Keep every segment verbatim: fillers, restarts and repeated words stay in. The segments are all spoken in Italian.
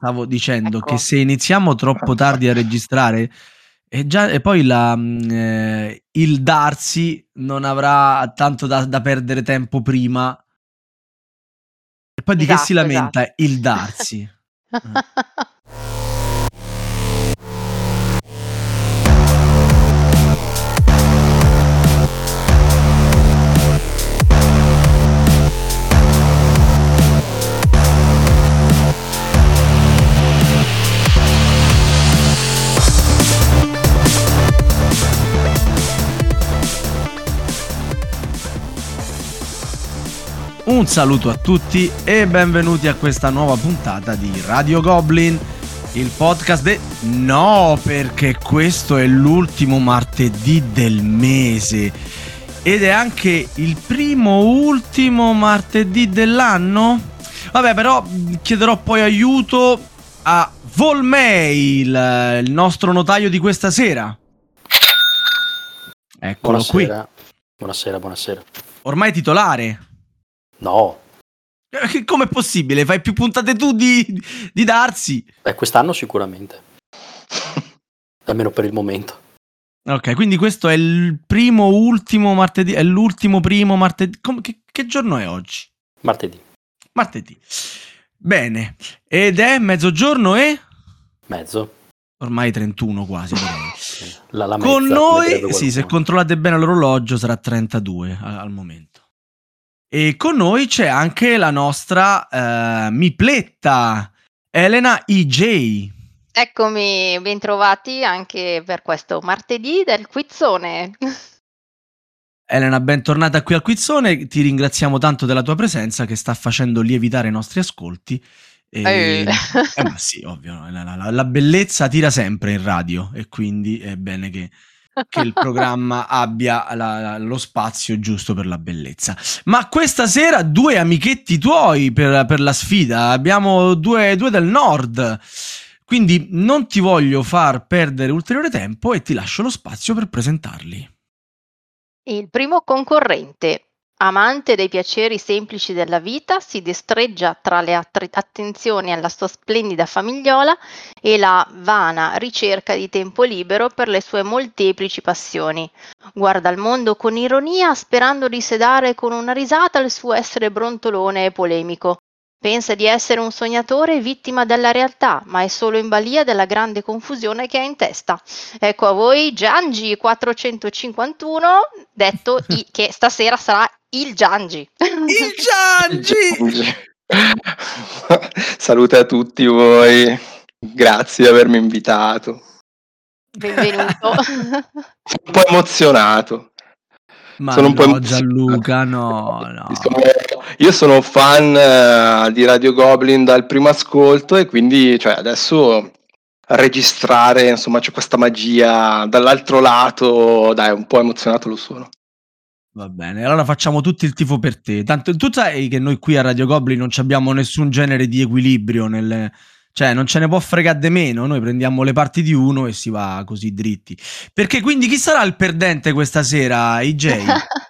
stavo dicendo che Ecco. se iniziamo troppo tardi a registrare e già e poi la mhmm, ehm, il Darsi non avrà tanto da da perdere tempo prima. E poi di che si Esatto, lamenta? esatto. Il Darsi. Eh. Un saluto a tutti e benvenuti a questa nuova puntata di Radio Goblin, il podcast de... No, perché questo è l'ultimo martedì del mese ed è anche il primo ultimo martedì dell'anno? Vabbè, però chiederò poi aiuto a Volmail, il nostro notaio di questa sera. Eccolo Buonasera. qui. Buonasera, buonasera. Ormai titolare. No. Com'è possibile? Fai più puntate tu di, di Darsi? Beh, quest'anno sicuramente. Almeno per il momento. Ok, quindi questo è il primo ultimo martedì. È l'ultimo primo martedì. Come, che, che giorno è oggi? Martedì. Martedì. Bene. Ed è mezzogiorno e? Mezzo. Ormai trentuno quasi, direi. La, la Con mezza, noi, sì, se controllate bene l'orologio sarà trentadue al, al momento. E con noi c'è anche la nostra uh, mipletta, Elena E J. Eccomi, bentrovati anche per questo martedì del quizzone. Elena, bentornata qui al quizzone, ti ringraziamo tanto della tua presenza che sta facendo lievitare i nostri ascolti. E... Eh. eh ma sì, ovvio, la, la, la bellezza tira sempre in radio e quindi è bene che... che il programma abbia la, la, lo spazio giusto per la bellezza. Ma questa sera due amichetti tuoi per, per la sfida. Abbiamo due, due del nord. Quindi non ti voglio far perdere ulteriore tempo e ti lascio lo spazio per presentarli. Il primo concorrente, amante dei piaceri semplici della vita, si destreggia tra le att- attenzioni alla sua splendida famigliola e la vana ricerca di tempo libero per le sue molteplici passioni. Guarda il mondo con ironia, sperando di sedare con una risata il suo essere brontolone e polemico. Pensa di essere un sognatore vittima della realtà, ma è solo in balia della grande confusione che ha in testa. Ecco a voi Giangi quattrocentocinquantuno, detto i- che stasera sarà il Giangi. Il Giangi! Salute a tutti voi, grazie di avermi invitato. Benvenuto. Sono un po' emozionato. Ma sono un no, po' Gianluca, no, no. Sono, io sono fan uh, di Radio Goblin dal primo ascolto e quindi cioè, adesso registrare, insomma, c'è questa magia dall'altro lato, dai, un po' emozionato lo sono. Va bene, allora facciamo tutti il tifo per te. Tanto tu sai che noi qui a Radio Goblin non abbiamo nessun genere di equilibrio, nel... cioè non ce ne può fregare di meno, noi prendiamo le parti di uno e si va così dritti. Perché quindi chi sarà il perdente questa sera, E J?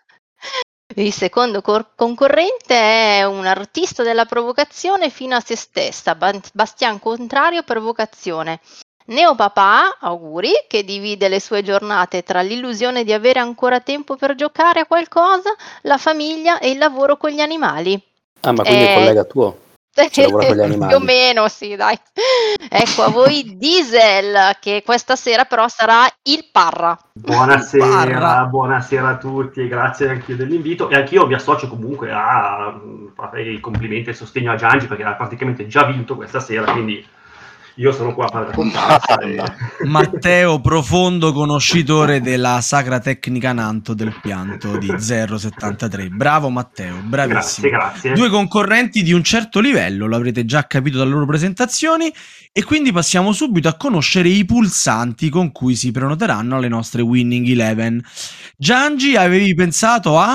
Il secondo cor- concorrente è un artista della provocazione fino a se stessa, Bastian Contrario per vocazione. Neopapà, auguri, che divide le sue giornate tra l'illusione di avere ancora tempo per giocare a qualcosa, la famiglia e il lavoro con gli animali. Ah, ma quindi Eh, è collega tuo? Ci lavora con gli animali. Più o meno, sì, dai. Ecco a voi Diesel, che questa sera però sarà il Parra. Buonasera, Parra. buonasera a tutti, grazie anche dell'invito e anch'io mi associo comunque a fare i complimenti e il sostegno a Giangi perché ha praticamente già vinto questa sera, quindi io sono qua per raccontarsi. E... Matteo, profondo conoscitore della sacra tecnica Nanto del pianto di zero settantatré. Bravo Matteo, bravissimo. Grazie, grazie. Due concorrenti di un certo livello, lo avrete già capito dalle loro presentazioni, e quindi passiamo subito a conoscere i pulsanti con cui si prenoteranno alle nostre Winning Eleven. Giangi, avevi pensato a?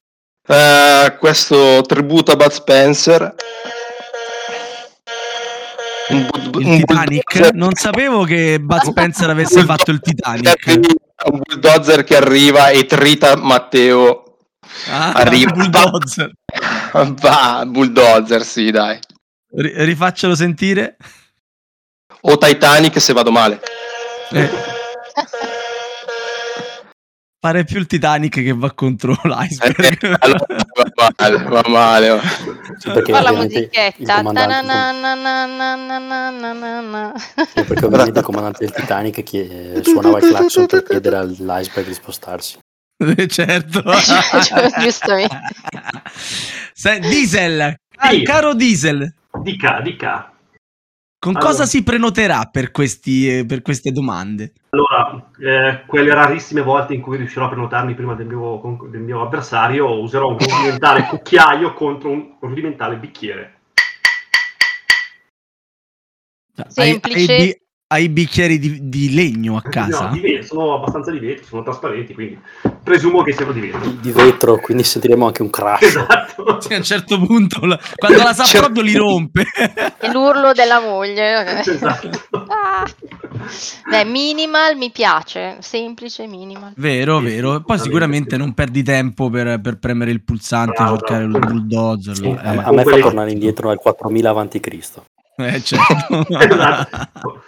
Uh, questo tributo a Bud Spencer. Un bu- il un Titanic? Bulldozer. Non sapevo che Bud Spencer avesse fatto il Titanic. Un bulldozer che arriva e trita Matteo. Ah, arriva. Bulldozer. Va, bulldozer, sì, dai. R- rifaccelo sentire. O Titanic se vado male. Eh. Pare più il Titanic che va contro l'iceberg. Eh, allora, va male, va male. Va. Sì, perché Fa la ovviamente il musichetta. comandante, Ta-na-na-na-na-na-na-na-na. sì, perché ovviamente il comandante del Titanic chie- suonava il clacson per chiedere all'iceberg di spostarsi. Eh, certo. Giustamente. Se- Diesel, ah, Sì. caro Diesel, Dica, dica. con Allora. cosa si prenoterà per, questi, eh, per queste domande? Allora, eh, quelle rarissime volte in cui riuscirò a prenotarmi prima del mio, con- del mio avversario, userò un rudimentale cucchiaio contro un rudimentale bicchiere. Hai, Semplice. hai, bi- hai bicchieri di, di legno a casa? No, di vetro, sono abbastanza di vetro, sono trasparenti, quindi presumo che siano di vetro. Di, di vetro, quindi sentiremo anche un crash. Esatto. Sì, a un certo punto, la- quando la sa Certo. proprio li rompe. E l'urlo della moglie. Esatto. Ah. Beh, minimal mi piace, semplice minimal. Vero, Sì, sì, vero. Poi assolutamente, sicuramente sì. non perdi tempo per, per premere il pulsante, Bravo, cercare bravo. il bulldozer. Sì, lo- a, me- eh, a me fa Quelle- tornare indietro nel quattromila avanti Cristo. eh, certo. Esatto.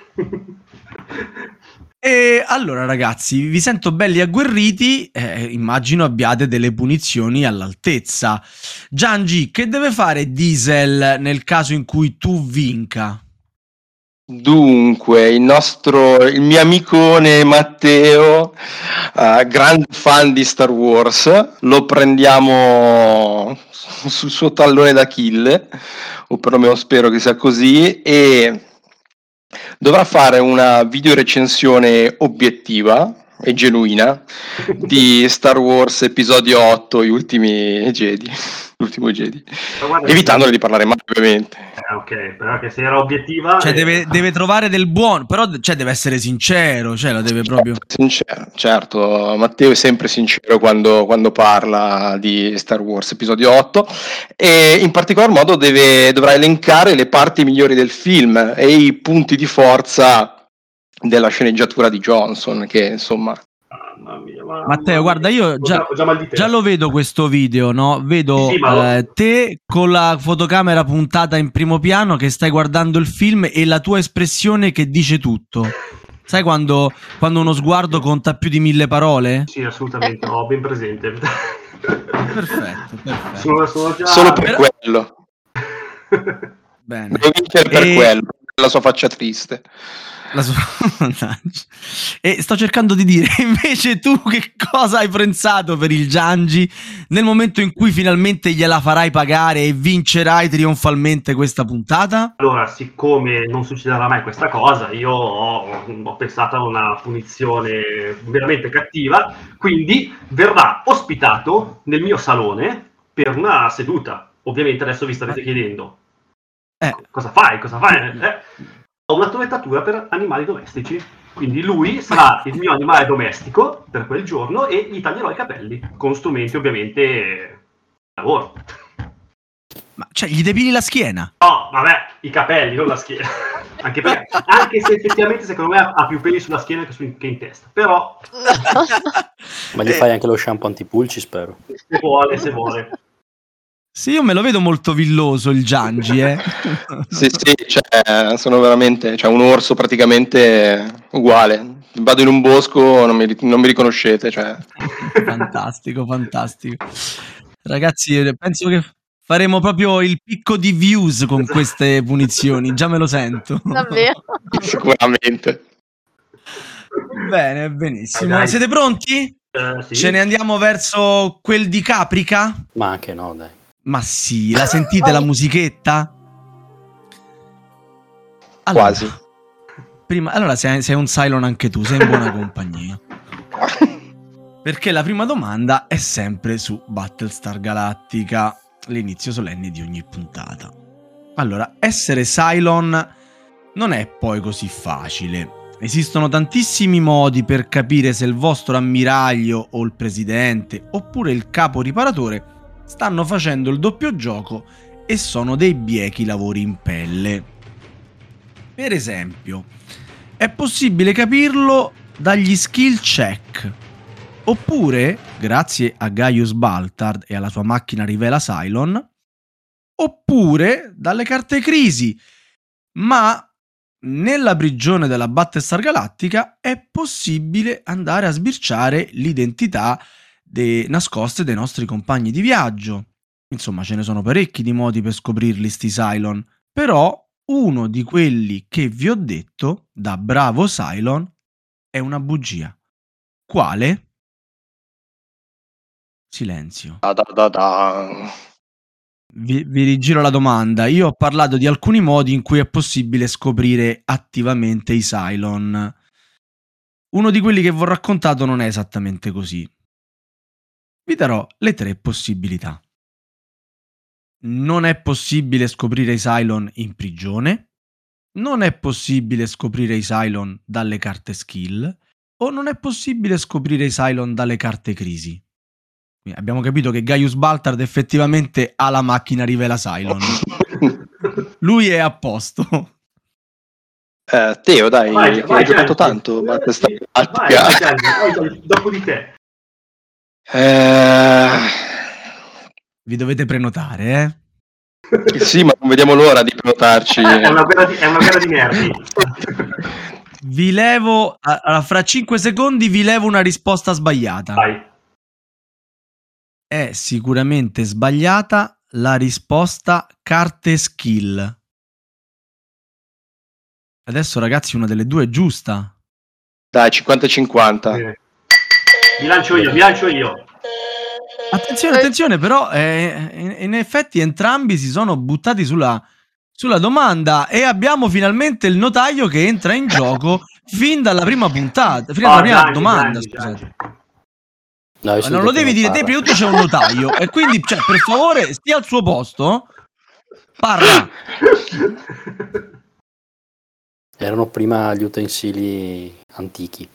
E allora ragazzi, vi sento belli agguerriti, eh, immagino abbiate delle punizioni all'altezza. Giangi, che deve fare Diesel nel caso in cui tu vinca? Dunque, il nostro, il mio amicone Matteo, eh, grande fan di Star Wars, lo prendiamo sul suo tallone d'Achille, o perlomeno spero che sia così, e dovrà fare una videorecensione obiettiva e genuina di Star Wars episodio otto, gli ultimi Jedi, l'ultimo Jedi, Ma guarda, evitandone di parlare male, ovviamente. Eh, ok, però che se era obiettiva... Cioè eh, deve, deve trovare del buono, però cioè, deve essere sincero, cioè lo deve proprio... Sincero, certo, Matteo è sempre sincero quando, quando parla di Star Wars episodio otto, e in particolar modo deve, dovrà elencare le parti migliori del film e i punti di forza della sceneggiatura di Johnson, che insomma... Mamma mia, mamma Matteo, mia. guarda, io Ho già, ho già mal di testa. già lo vedo questo video, no? Vedo Sì, sì, ma lo- eh, te con la fotocamera puntata in primo piano che stai guardando il film e la tua espressione che dice tutto. Sai quando, quando uno sguardo conta più di mille parole? Sì, assolutamente, ho ben presente. Perfetto, perfetto. Sono, sono già... Solo per però- quello, Bene. devo vincere per E- quello, per la sua faccia triste. La sua- e sto cercando di dire invece tu che cosa hai pensato per il Giangi nel momento in cui finalmente gliela farai pagare e vincerai trionfalmente questa puntata? Allora, siccome non succederà mai questa cosa, io ho, ho pensato a una punizione veramente cattiva, quindi verrà ospitato nel mio salone per una seduta. Ovviamente adesso vi starete chiedendo, Eh, cosa fai, cosa fai? Eh, ho una tovettatura per animali domestici, quindi lui sarà il mio animale domestico per quel giorno e gli taglierò i capelli, con strumenti ovviamente da lavoro. ma cioè gli depili la schiena? No, vabbè, i capelli, non la schiena. Anche, perché, anche se effettivamente secondo me ha, ha più peli sulla schiena che, su, che in testa. Però, Ma gli fai anche lo shampoo antipulci, spero. se vuole, se vuole. Sì, io me lo vedo molto villoso il Giangi, eh. Sì, sì, cioè, sono veramente, cioè, un orso praticamente uguale. Vado in un bosco, non mi, non mi riconoscete, cioè. Fantastico, fantastico. Ragazzi, penso che faremo proprio il picco di views con queste punizioni, già me lo sento. Davvero? Sicuramente. Bene, benissimo. Dai, dai. Siete pronti? Eh, sì. Ce ne andiamo verso quel di Caprica? Ma anche no, dai. Ma sì, la sentite la musichetta? Allora, Quasi. Prima, allora sei, sei un Cylon anche tu, sei in buona compagnia. Perché la prima domanda è sempre su Battlestar Galactica, l'inizio solenne di ogni puntata. Allora, essere Cylon non è poi così facile. Esistono tantissimi modi per capire se il vostro ammiraglio o il presidente oppure il capo riparatore stanno facendo il doppio gioco e sono dei biechi lavori in pelle. Per esempio, è possibile capirlo dagli skill check, oppure, grazie a Gaius Baltard e alla sua macchina rivela Cylon, oppure dalle carte crisi. Ma nella prigione della Battlestar Galactica è possibile andare a sbirciare l'identità de- nascoste dei nostri compagni di viaggio. Insomma, ce ne sono parecchi di modi per scoprirli sti Cylon, però uno di quelli che vi ho detto, da bravo Cylon, è una bugia. Quale? Silenzio. Da, da, da, da. Vi, vi rigiro la domanda. Io ho parlato di alcuni modi in cui è possibile scoprire attivamente i Cylon. Uno di quelli che vi ho raccontato non è esattamente così. Vi darò le tre possibilità. Non è possibile scoprire i Cylon in prigione, non è possibile scoprire i Cylon dalle carte skill, o non è possibile scoprire i Cylon dalle carte crisi. Quindi abbiamo capito che Gaius Baltard effettivamente ha la macchina rivela Cylon. Lui è a posto. Eh, Teo, dai, Vai, che vai, hai giocato Gianni. tanto ma questa Vai, pratica. vai, Gianni, vai, dopo di te. Eh, Vi dovete prenotare, eh? sì, ma non vediamo l'ora di prenotarci. È una gara di, è una gara di nervi. Vi levo, allora, fra cinque secondi vi levo una risposta sbagliata. Vai. È sicuramente sbagliata la risposta carte skill. Adesso ragazzi una delle due è giusta. Dai, cinquanta cinquanta. Bene. Vi lancio io, vi lancio io. Attenzione, attenzione, però eh, in, in effetti entrambi si sono buttati sulla, sulla domanda e abbiamo finalmente il notaio che entra in gioco fin dalla prima puntata, fin dalla Oh, prima Gianni, domanda, Gianni, scusate. Gianni. No, io Ma sono non lo detto devi che dire non te, prima parla. di tutto c'è un notaio e quindi, cioè, per favore, stia al suo posto, parla. Erano prima gli utensili antichi.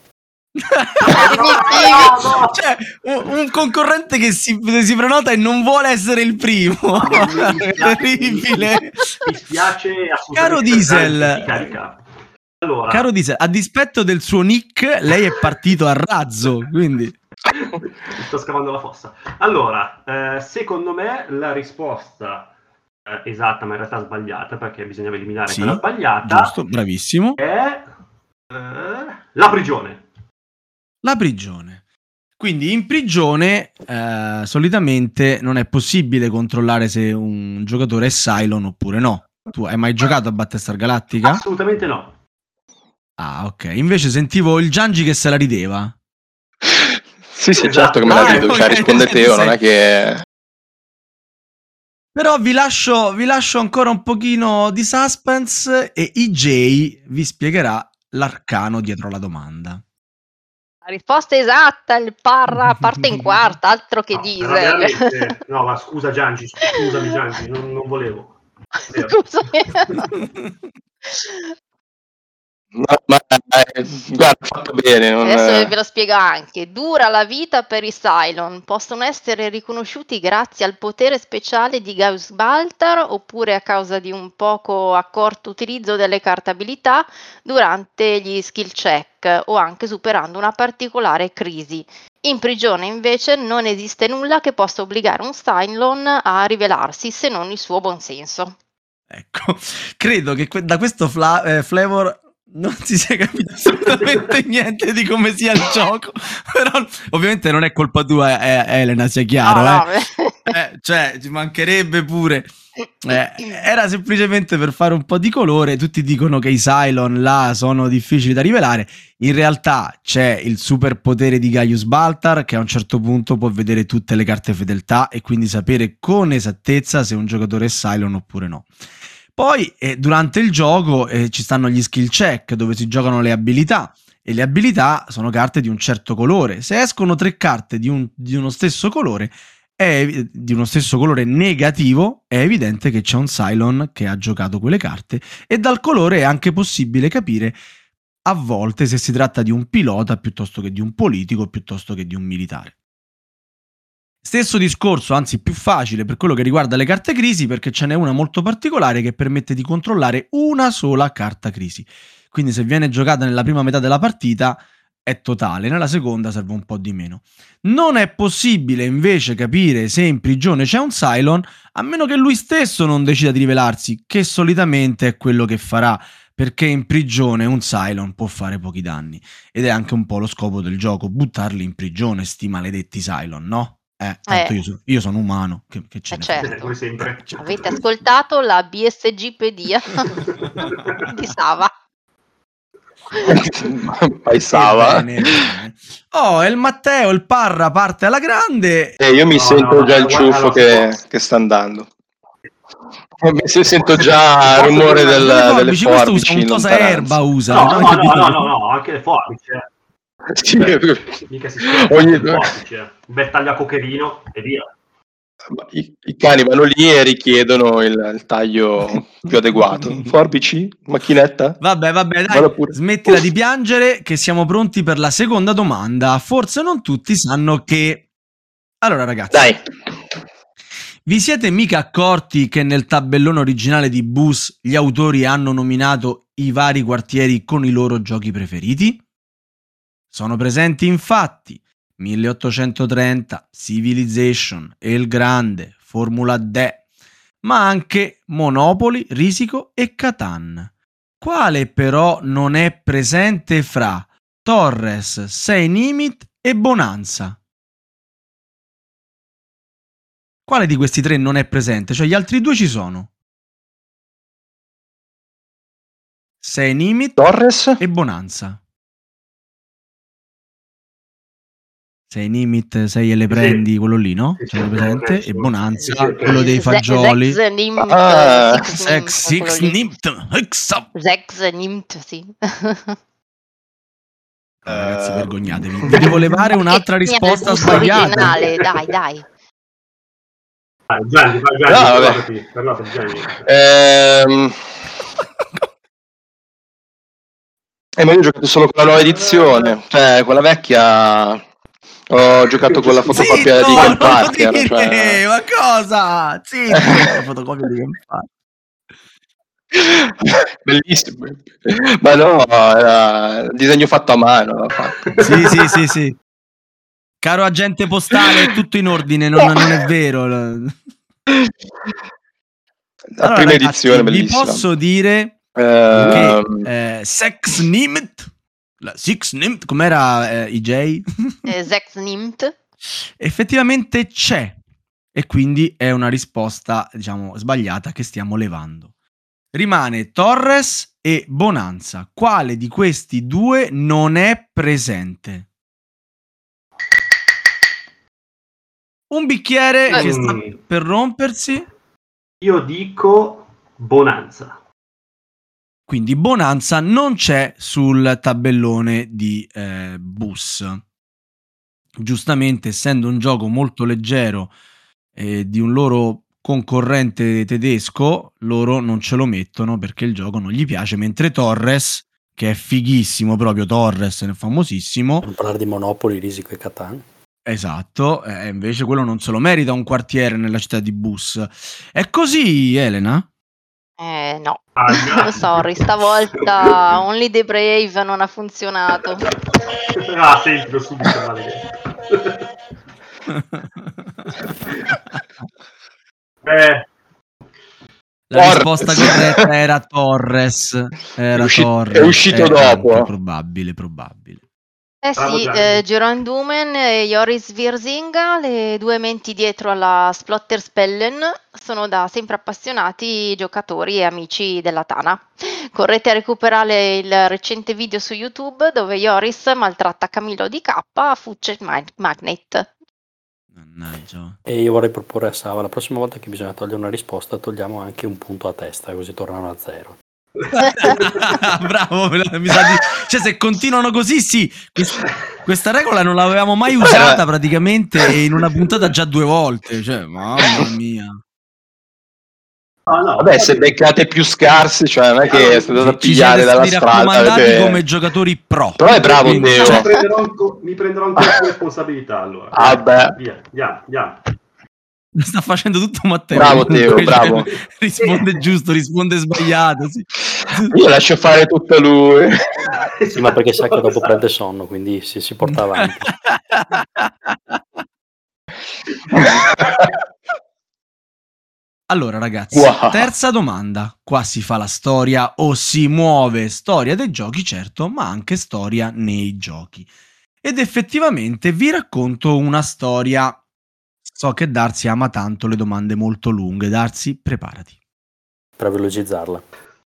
Cioè, un, un concorrente che si, si prenota e non vuole essere il primo. Terribile. Mi spiace assolutamente. Caro Diesel, Si carica. Allora, Caro Diesel, a dispetto del suo nick, lei è partito a razzo, quindi mi sto scavando la fossa. Allora, eh, secondo me la risposta eh, esatta, ma in realtà sbagliata, perché bisognava eliminare sì, quella sbagliata, giusto, bravissimo. è eh, la prigione. La prigione. Quindi in prigione eh, solitamente non è possibile controllare se un giocatore è Cylon oppure no. Tu hai mai giocato a Battlestar Galactica? Assolutamente no. Ah, ok. Invece sentivo il Giangi che se la rideva. Sì, sì, Esatto. certo che me la Ah, rido, ok, cioè risponde tu Teo, sei- non è che... Però vi lascio, vi lascio ancora un pochino di suspense e I J vi spiegherà l'arcano dietro la domanda. La risposta esatta, il parra parte in quarta, altro che No, però diesel. veramente- no, ma scusa Giangi, scusami Giangi, non, non volevo. Vero. Scusami. No, ma eh, guarda, fatto bene. Non... Adesso ve lo spiego anche. Dura la vita per i Cylon. Possono essere riconosciuti grazie al potere speciale di Gaius Baltar oppure a causa di un poco accorto utilizzo delle carte abilità durante gli skill check o anche superando una particolare crisi. In prigione invece non esiste nulla che possa obbligare un Cylon a rivelarsi se non il suo buonsenso. Ecco, credo che que- da questo fla- eh, flavor non si sia capito assolutamente niente di come sia il gioco. Però ovviamente non è colpa tua, eh, Elena, sia chiaro. No, no, eh. Eh, cioè, ci mancherebbe pure. Eh, era semplicemente per fare un po' di colore. Tutti dicono che i Cylon là sono difficili da rivelare. In realtà c'è il superpotere di Gaius Baltar che a un certo punto può vedere tutte le carte fedeltà e quindi sapere con esattezza se un giocatore è Cylon oppure no. Poi eh, durante il gioco eh, ci stanno gli skill check dove si giocano le abilità e le abilità sono carte di un certo colore. Se escono tre carte di, un, di uno stesso colore è, di uno stesso colore negativo, è evidente che c'è un Cylon che ha giocato quelle carte e dal colore è anche possibile capire a volte se si tratta di un pilota piuttosto che di un politico piuttosto che di un militare. Stesso discorso, anzi più facile per quello che riguarda le carte crisi, perché ce n'è una molto particolare che permette di controllare una sola carta crisi. Quindi se viene giocata nella prima metà della partita è è totale, nella seconda serve un po' di meno. Non è possibile invece capire se in prigione c'è un Cylon a meno che lui stesso non decida di rivelarsi, che solitamente è quello che farà, perché in prigione un Cylon può fare pochi danni ed è anche un po' lo scopo del gioco, buttarli in prigione sti maledetti Cylon, no? Eh, tanto Eh. io, so- io sono umano, che, che ce Eh, ne certo. frega. Come sempre. Cioè, Avete ascoltato la B S G-pedia di Sava? Paesava. Ebbene, ebbene. Oh, il Matteo, il Parra parte alla grande. Eh, io mi No, sento no, già il guarda, ciuffo allora, che, si può. che sta andando. Eh, mi se- sento già il Posso rumore dire del- una- Le delle forbici, questo usa forbici un in tosa lontananza. erba, usa. No, non no, hai no, capito? no, no, no, anche le forbici. eh. Sì, Mica si scherza, ogni- anche le forbici. eh. Un bel tagliacocherino e via. I, i cani vanno lì e richiedono il, il taglio più adeguato. Forbici? Macchinetta? Vabbè, vabbè, dai, Vado pure. smettila Uff. di piangere che siamo pronti per la seconda domanda. Forse non tutti sanno che... Allora ragazzi, Dai. vi siete mica accorti che nel tabellone originale di Bus gli autori hanno nominato i vari quartieri con i loro giochi preferiti? Sono presenti infatti milleottocentotrenta, Civilization, El Grande, Formula D, ma anche Monopoli, Risico e Catan. Quale però non è presente fra Torres, Sei Nimit e Bonanza? Quale di questi tre non è presente? Cioè gli altri due ci sono. Sei Nimit Torres? e Bonanza. Sei Nimit, sei e le Sì. prendi, quello lì, no? Sì, Ce l'hai sì, presente? sì, E sì. Bonanza, Sì, sì, quello dei Ze- fagioli. Zex Nimt, Ah, Six Sex, Nimt, six, quello lì. nimt, hexap. Zex Nimt, sì. No, ragazzi, Eh, vergognatevi. Vi devo levare un'altra Che sia il risposta gusto sbagliata. originale, dai, dai. Dai, Gianni, vai Gianni, No, vabbè. parlati, parlati, Gianni. Ehm, eh, ma io ho giocato solo con la nuova edizione, cioè quella vecchia ho giocato con la fotocopia Zitto, di non Game lo Partner, dire, cioè... ma cosa? Zitto, la fotocopia di Game Partner. Bellissimo, ma no, era il disegno fatto a mano. l'ho fatto. Sì, sì, sì, sì. Caro agente postale, è tutto in ordine, non, non è vero. La Allora, prima ragazzi, edizione, vi bellissima. posso dire che Ehm, eh, Sex Nimmt, la Six Nimmt, com'era eh, I J? Eh, Zex Nimt. Effettivamente c'è e quindi è una risposta, diciamo, sbagliata che stiamo levando. Rimane Torres e Bonanza. Quale di questi due non è presente? Un bicchiere Eh. che sta Mm. per rompersi. Io dico Bonanza. Quindi Bonanza non c'è sul tabellone di eh, Bus. Giustamente, essendo un gioco molto leggero eh, di un loro concorrente tedesco, loro non ce lo mettono perché il gioco non gli piace, mentre Torres, che è fighissimo proprio, Torres è famosissimo, Per parlare di Monopoli, Risico e Catan. esatto, eh, invece quello non se lo merita un quartiere nella città di Bus. È così, Elena? Eh, no. Ah, già. Sorry, stavolta Only the Brave non ha funzionato. Ah, senti, l'ho subito maledetto. Eh, La Torres. risposta corretta era Torres. Era È usci- Torres. è uscito dopo. anche probabile, probabile. Eh Bravo sì, Gianni. eh, Jeroen Dumen e Joris Virzinga, le due menti dietro alla Splotterspellen, sono da sempre appassionati giocatori e amici della Tana. Correte a recuperare il recente video su YouTube dove Joris maltratta Camillo di K a Fucce Mag- Magnet. Mannaggia. E io vorrei proporre a Sava, la prossima volta che bisogna togliere una risposta, togliamo anche un punto a testa, così tornano a zero. Bravo, mi sa di... Cioè, se continuano così, sì. Questa, questa regola non l'avevamo mai usata praticamente e in una puntata già due volte. Cioè, mamma mia. ah, no, Vabbè, se beccate più scarsi, cioè non è che siete andati a Ci pigliare siete dalla stati strada. raccomandati avete- come giocatori pro. Però è bravo Quindi- Teo. mi prenderò, anco- mi prenderò ancora più responsabilità allora. Ah, beh. Via, andiamo, andiamo. Lo sta facendo tutto Matteo. Bravo, comunque, Teo, cioè, bravo. risponde giusto, risponde sbagliato. Sì. Io lascio fare tutto lui. Sì, ma perché sa che dopo prende sonno, quindi si, si porta avanti. Allora ragazzi, Wow. terza domanda. Qua si fa la storia o si muove, storia dei giochi certo, ma anche storia nei giochi. Ed effettivamente vi racconto una storia. So che Darsi ama tanto le domande molto lunghe. Darsi, preparati. Per velocizzarla.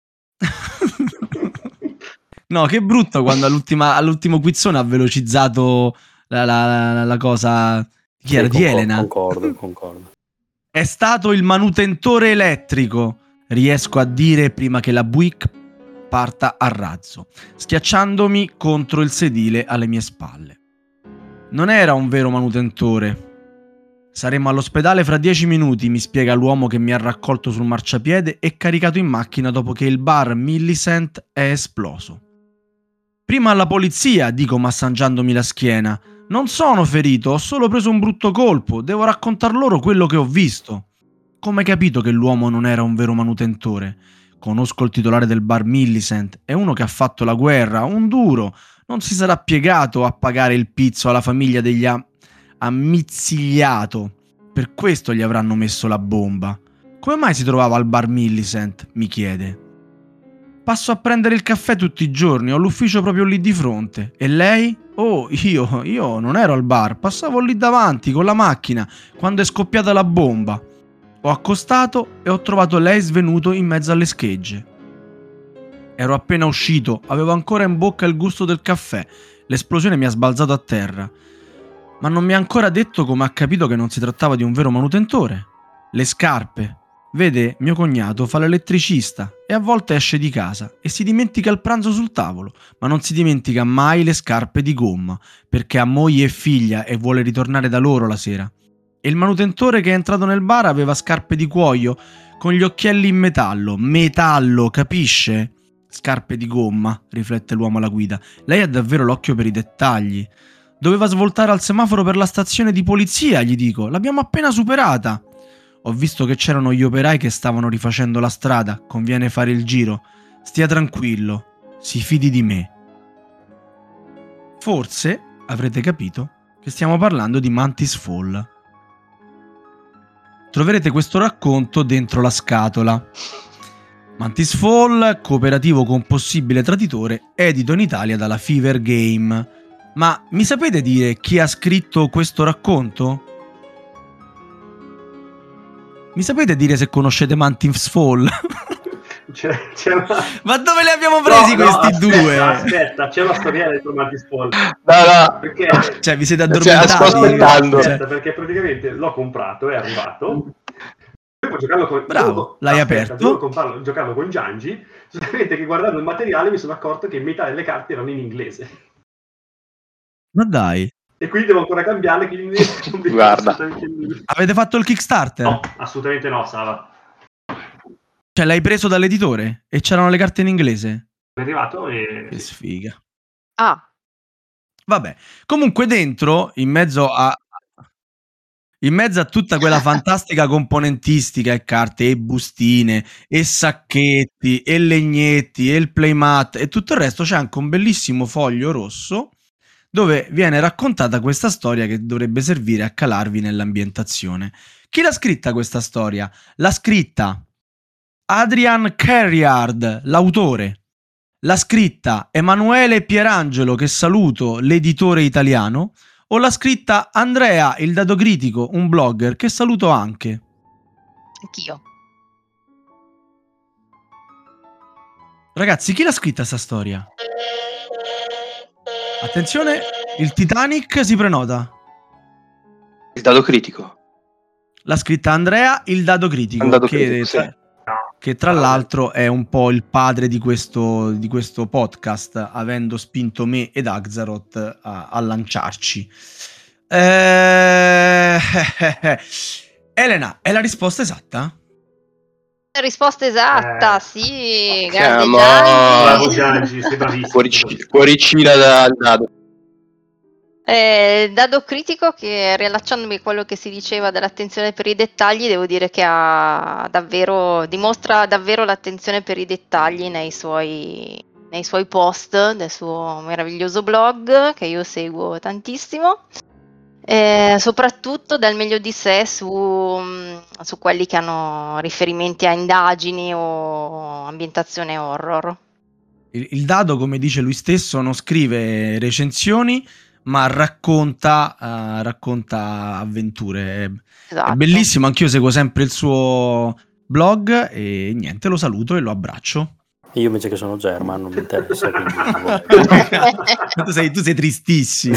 No, che brutto quando all'ultima, all'ultimo quizzone ha velocizzato la, la- la- la cosa. Chi Sì, era? Di concor- Elena? Concordo, concordo. È stato il manutentore elettrico, riesco a dire prima che la Buick parta a razzo, schiacciandomi contro il sedile alle mie spalle. Non era un vero manutentore. Saremo all'ospedale fra dieci minuti, mi spiega l'uomo che mi ha raccolto sul marciapiede e caricato in macchina dopo che il bar Millicent è esploso. Prima alla polizia, dico massaggiandomi la schiena. Non sono ferito, ho solo preso un brutto colpo, devo raccontar loro quello che ho visto. Come hai capito che l'uomo non era un vero manutentore? Conosco il titolare del bar Millicent, è uno che ha fatto la guerra, un duro, non si sarà piegato a pagare il pizzo alla famiglia degli am- ammizzigliato. Per questo gli avranno messo la bomba. Come mai si trovava al bar Millicent? Mi chiede. Passo a prendere il caffè tutti i giorni, ho l'ufficio proprio lì di fronte. E lei? Oh, io, io non ero al bar, passavo lì davanti con la macchina quando è scoppiata la bomba. Ho accostato e ho trovato lei svenuto in mezzo alle schegge. Ero appena uscito, avevo ancora in bocca il gusto del caffè. L'esplosione mi ha sbalzato a terra. Ma non mi ha ancora detto come ha capito che non si trattava di un vero manutentore. Le scarpe. Vede, mio cognato fa l'elettricista e a volte esce di casa e si dimentica il pranzo sul tavolo, ma non si dimentica mai le scarpe di gomma, perché ha moglie e figlia e vuole ritornare da loro la sera. E il manutentore che è entrato nel bar aveva scarpe di cuoio con gli occhielli in metallo. Metallo, capisce? Scarpe di gomma, riflette l'uomo alla guida. Lei ha davvero l'occhio per i dettagli. Doveva svoltare al semaforo per la stazione di polizia, gli dico. L'abbiamo appena superata. Ho visto che c'erano gli operai che stavano rifacendo la strada. Conviene fare il giro. Stia tranquillo. Si fidi di me. Forse avrete capito che stiamo parlando di Mantis Fall. Troverete questo racconto dentro la scatola. Mantis Fall, cooperativo con possibile traditore, edito in Italia dalla Fever Game. Ma mi sapete dire chi ha scritto questo racconto? Mi sapete dire se conoscete Mantis Fall? C'è, c'è una... Ma dove li abbiamo presi No, no, questi aspetta, due? Aspetta, c'è una storiella di Mantis Fall. No, no. Perché... Cioè, vi siete Cioè, addormentati? sto aspettando. Aspetta, Cioè, perché praticamente l'ho comprato, è arrivato. Devo giocarlo con... Bravo, devo... l'hai aspetta, aperto. Devo comprarlo, giocarlo con Giangi. Solamente che guardando il materiale mi sono accorto che metà delle carte erano in inglese. ma dai, E quindi devo ancora cambiarle, quindi non mi Guarda. assolutamente nulla. avete fatto il Kickstarter? No, assolutamente no, Sava. Cioè, l'hai preso dall'editore? E c'erano le carte in inglese? È arrivato e... Che sfiga. Ah, Vabbè, comunque dentro, in mezzo a in mezzo a tutta quella fantastica componentistica e carte e bustine e sacchetti e legnetti e il playmat e tutto il resto, c'è anche un bellissimo foglio rosso dove viene raccontata questa storia che dovrebbe servire a calarvi nell'ambientazione. Chi l'ha scritta questa storia? L'ha scritta Adrian Carriard, l'autore. L'ha scritta Emanuele Pierangelo, che saluto, l'editore italiano, o l'ha scritta Andrea, il dato critico, un blogger, che saluto anche. anch'io. Ragazzi, chi l'ha scritta sta storia? Attenzione, il Titanic si prenota. Il dato critico. L'ha scritta Andrea, il dato critico, Un dato che, critico, sì. tra, che tra l'altro è un po' il padre di questo, di questo podcast, avendo spinto me ed Axaroth a, a lanciarci. Eh, Elena, è la risposta esatta? Risposta esatta, Eh. sì, grande Siamo- Bravo Gianni. Giangi, sei bravissimo. Cuorici- Cuoricina dal dado. Eh, dado critico che, riallacciandomi a quello che si diceva dell'attenzione per i dettagli, devo dire che ha davvero, dimostra davvero l'attenzione per i dettagli nei suoi, nei suoi post del suo meraviglioso blog che io seguo tantissimo. Eh, soprattutto dal meglio di sé su, mm, su quelli che hanno riferimenti a indagini o ambientazione horror. Il, il Dado, come dice lui stesso, non scrive recensioni, ma racconta, uh, racconta avventure. È, Esatto. è bellissimo, anch'io seguo sempre il suo blog e niente, lo saluto e lo abbraccio. Io invece che sono German non mi interessa. tu, sei, tu sei tristissimo.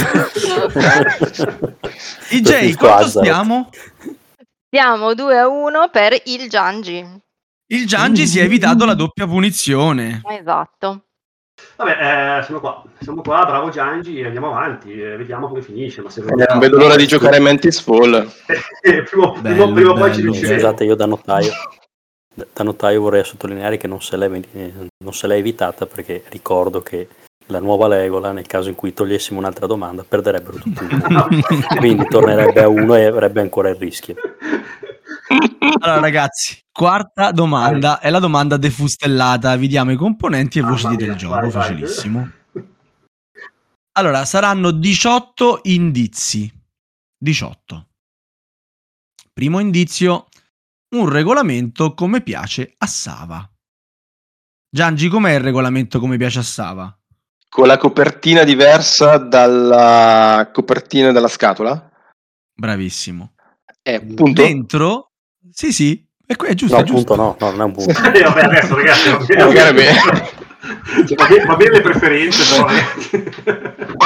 I J, quanto stiamo? Siamo due a uno per il Giangi. Il Giangi si è evitato la doppia punizione. Esatto. Vabbè, eh, siamo qua, siamo qua, bravo Giangi, andiamo avanti, eh, vediamo come finisce. Ma se non eh, vedo l'ora di giocare a Mantis Fall. prima, bello, prima, prima poi ci riusciremo. Scusate, io da notaio, da notaio vorrei sottolineare che non se, l'è, non se l'è evitata, perché ricordo che la nuova regola, nel caso in cui togliessimo un'altra domanda, perderebbero tutti. Quindi tornerebbe a uno e avrebbe ancora il rischio. Allora ragazzi, quarta domanda, vai. È la domanda defustellata, vi diamo i componenti e voci del gioco, vai, facilissimo. Vai. Allora, saranno diciotto indizi. diciotto. Primo indizio, un regolamento come piace a Sava. Giangi, com'è il regolamento come piace a Sava? Con la copertina diversa dalla copertina della scatola? Bravissimo. Eh, punto? Dentro... Sì, sì, è, è giusto. No, è giusto. punto no, no, non è un punto. eh, vabbè, adesso ragazzi, va bene, va bene, va bene, va bene le preferenze, però.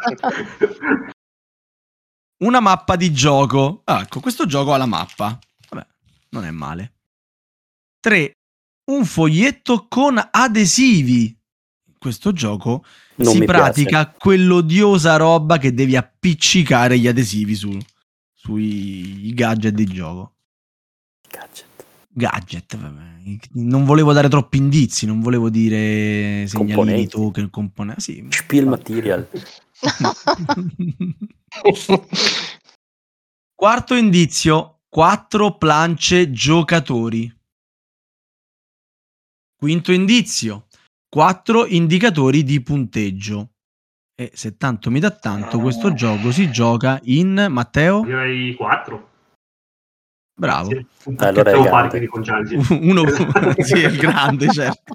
Una mappa di gioco. Ah, ecco, questo gioco ha la mappa. Vabbè, non è male. tre. Un foglietto con adesivi. Questo gioco non si pratica piace. Quell'odiosa roba che devi appiccicare gli adesivi su, sui gadget di gioco. Gadget. Gadget, vabbè. Non volevo dare troppi indizi, non volevo dire segnalini, token, componenti. Sì. Spiel material. Quarto indizio, quattro plance giocatori. Quinto indizio, quattro indicatori di punteggio. E se tanto mi dà tanto, questo gioco si gioca in, Matteo? Direi quattro. Bravo. Sì, un eh, allora è pari, quindi con Giangi. Uno, sì, è il grande, certo.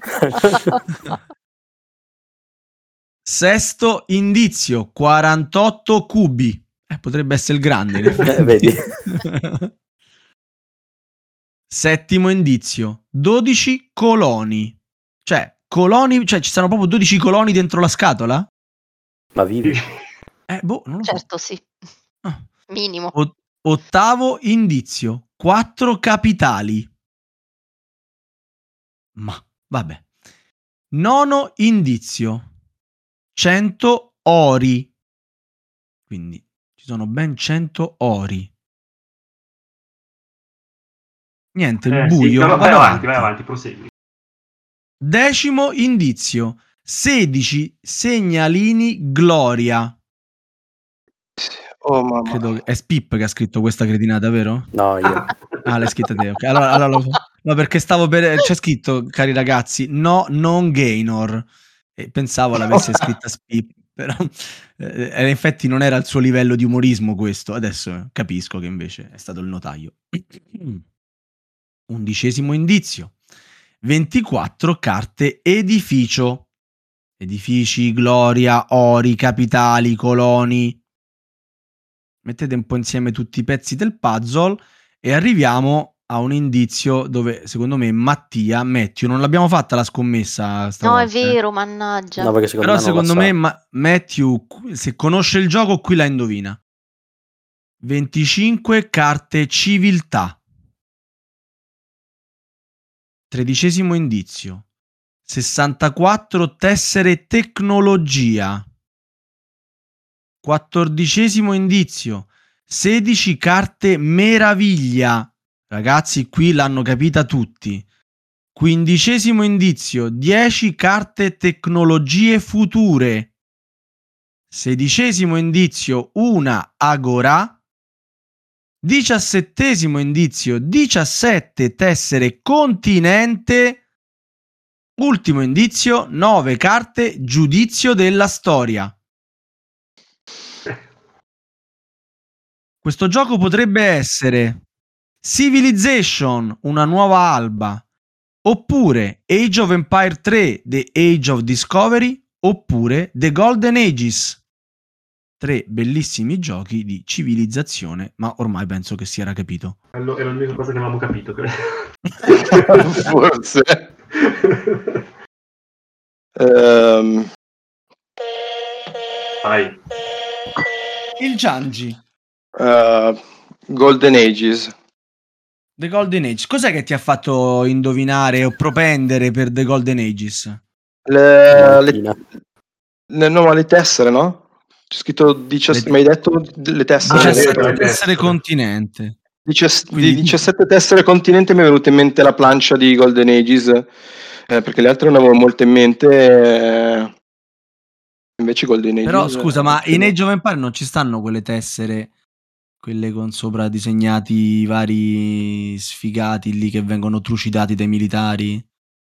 Sesto indizio, quarantotto cubi. Eh, potrebbe essere il grande. Eh, vedi. Settimo indizio, dodici coloni. Cioè, coloni, cioè ci stanno proprio dodici coloni dentro la scatola? Ma vivi? Eh, boh, non lo so. Certo, sì. Ah. Minimo. O- ottavo indizio, quattro capitali. Ma, vabbè. Nono indizio, cento ori. Quindi ci sono ben cento ori. Niente, il eh, buio. Sì, vai avanti, avanti, vai avanti, prosegui. Decimo indizio, sedici segnalini gloria. Oh mamma. Credo è Spip che ha scritto questa cretinata, vero? No, io. Ah, l'hai scritta te, ok. Allora, allora lo... no, perché stavo per... c'è scritto, cari ragazzi, no, non Gaynor. E pensavo l'avesse scritta Spip, però eh, infatti non era il suo livello di umorismo questo. Adesso capisco che invece è stato il notaio. Undicesimo indizio. ventiquattro carte edificio. Edifici, gloria, ori, capitali, coloni. Mettete un po' insieme tutti i pezzi del puzzle e arriviamo a un indizio dove secondo me Mattia, Matthew, non l'abbiamo fatta la scommessa stavolta. No, è vero, mannaggia. No, perché secondo Però me secondo me Ma- Matthew, se conosce il gioco, qui la indovina. venticinque carte civiltà. Tredicesimo indizio. sessantaquattro tessere tecnologia. Quattordicesimo indizio. sedici carte meraviglia. Ragazzi, qui l'hanno capita tutti. Quindicesimo indizio. dieci carte tecnologie future. Sedicesimo indizio. Una agorà. Diciassettesimo indizio. diciassette tessere continente. Ultimo indizio, nove carte, giudizio della storia. Questo gioco potrebbe essere Civilization, una nuova alba, oppure Age of Empire tre, The Age of Discovery, oppure The Golden Ages. Tre bellissimi giochi di civilizzazione, ma ormai penso che si era capito. Quello era l'unica cosa che avevamo capito. Forse. um... Vai. Il Giangi. Uh, Golden Ages. The Golden Age. Cos'è che ti ha fatto indovinare o propendere per The Golden Ages? Le, le, le, no, ma le tessere, no? C'è scritto diciassette, le... mi hai detto le tessere. diciassette le... tessere continente. Dices... Quindi... Di diciassette tessere continente mi è venuta in mente la plancia di Golden Ages, eh, perché le altre non avevo molte in mente. Eh... Invece Golden Ages. Però scusa, ma in Age of Empire non ci stanno quelle tessere, quelle con sopra disegnati i vari sfigati lì che vengono trucidati dai militari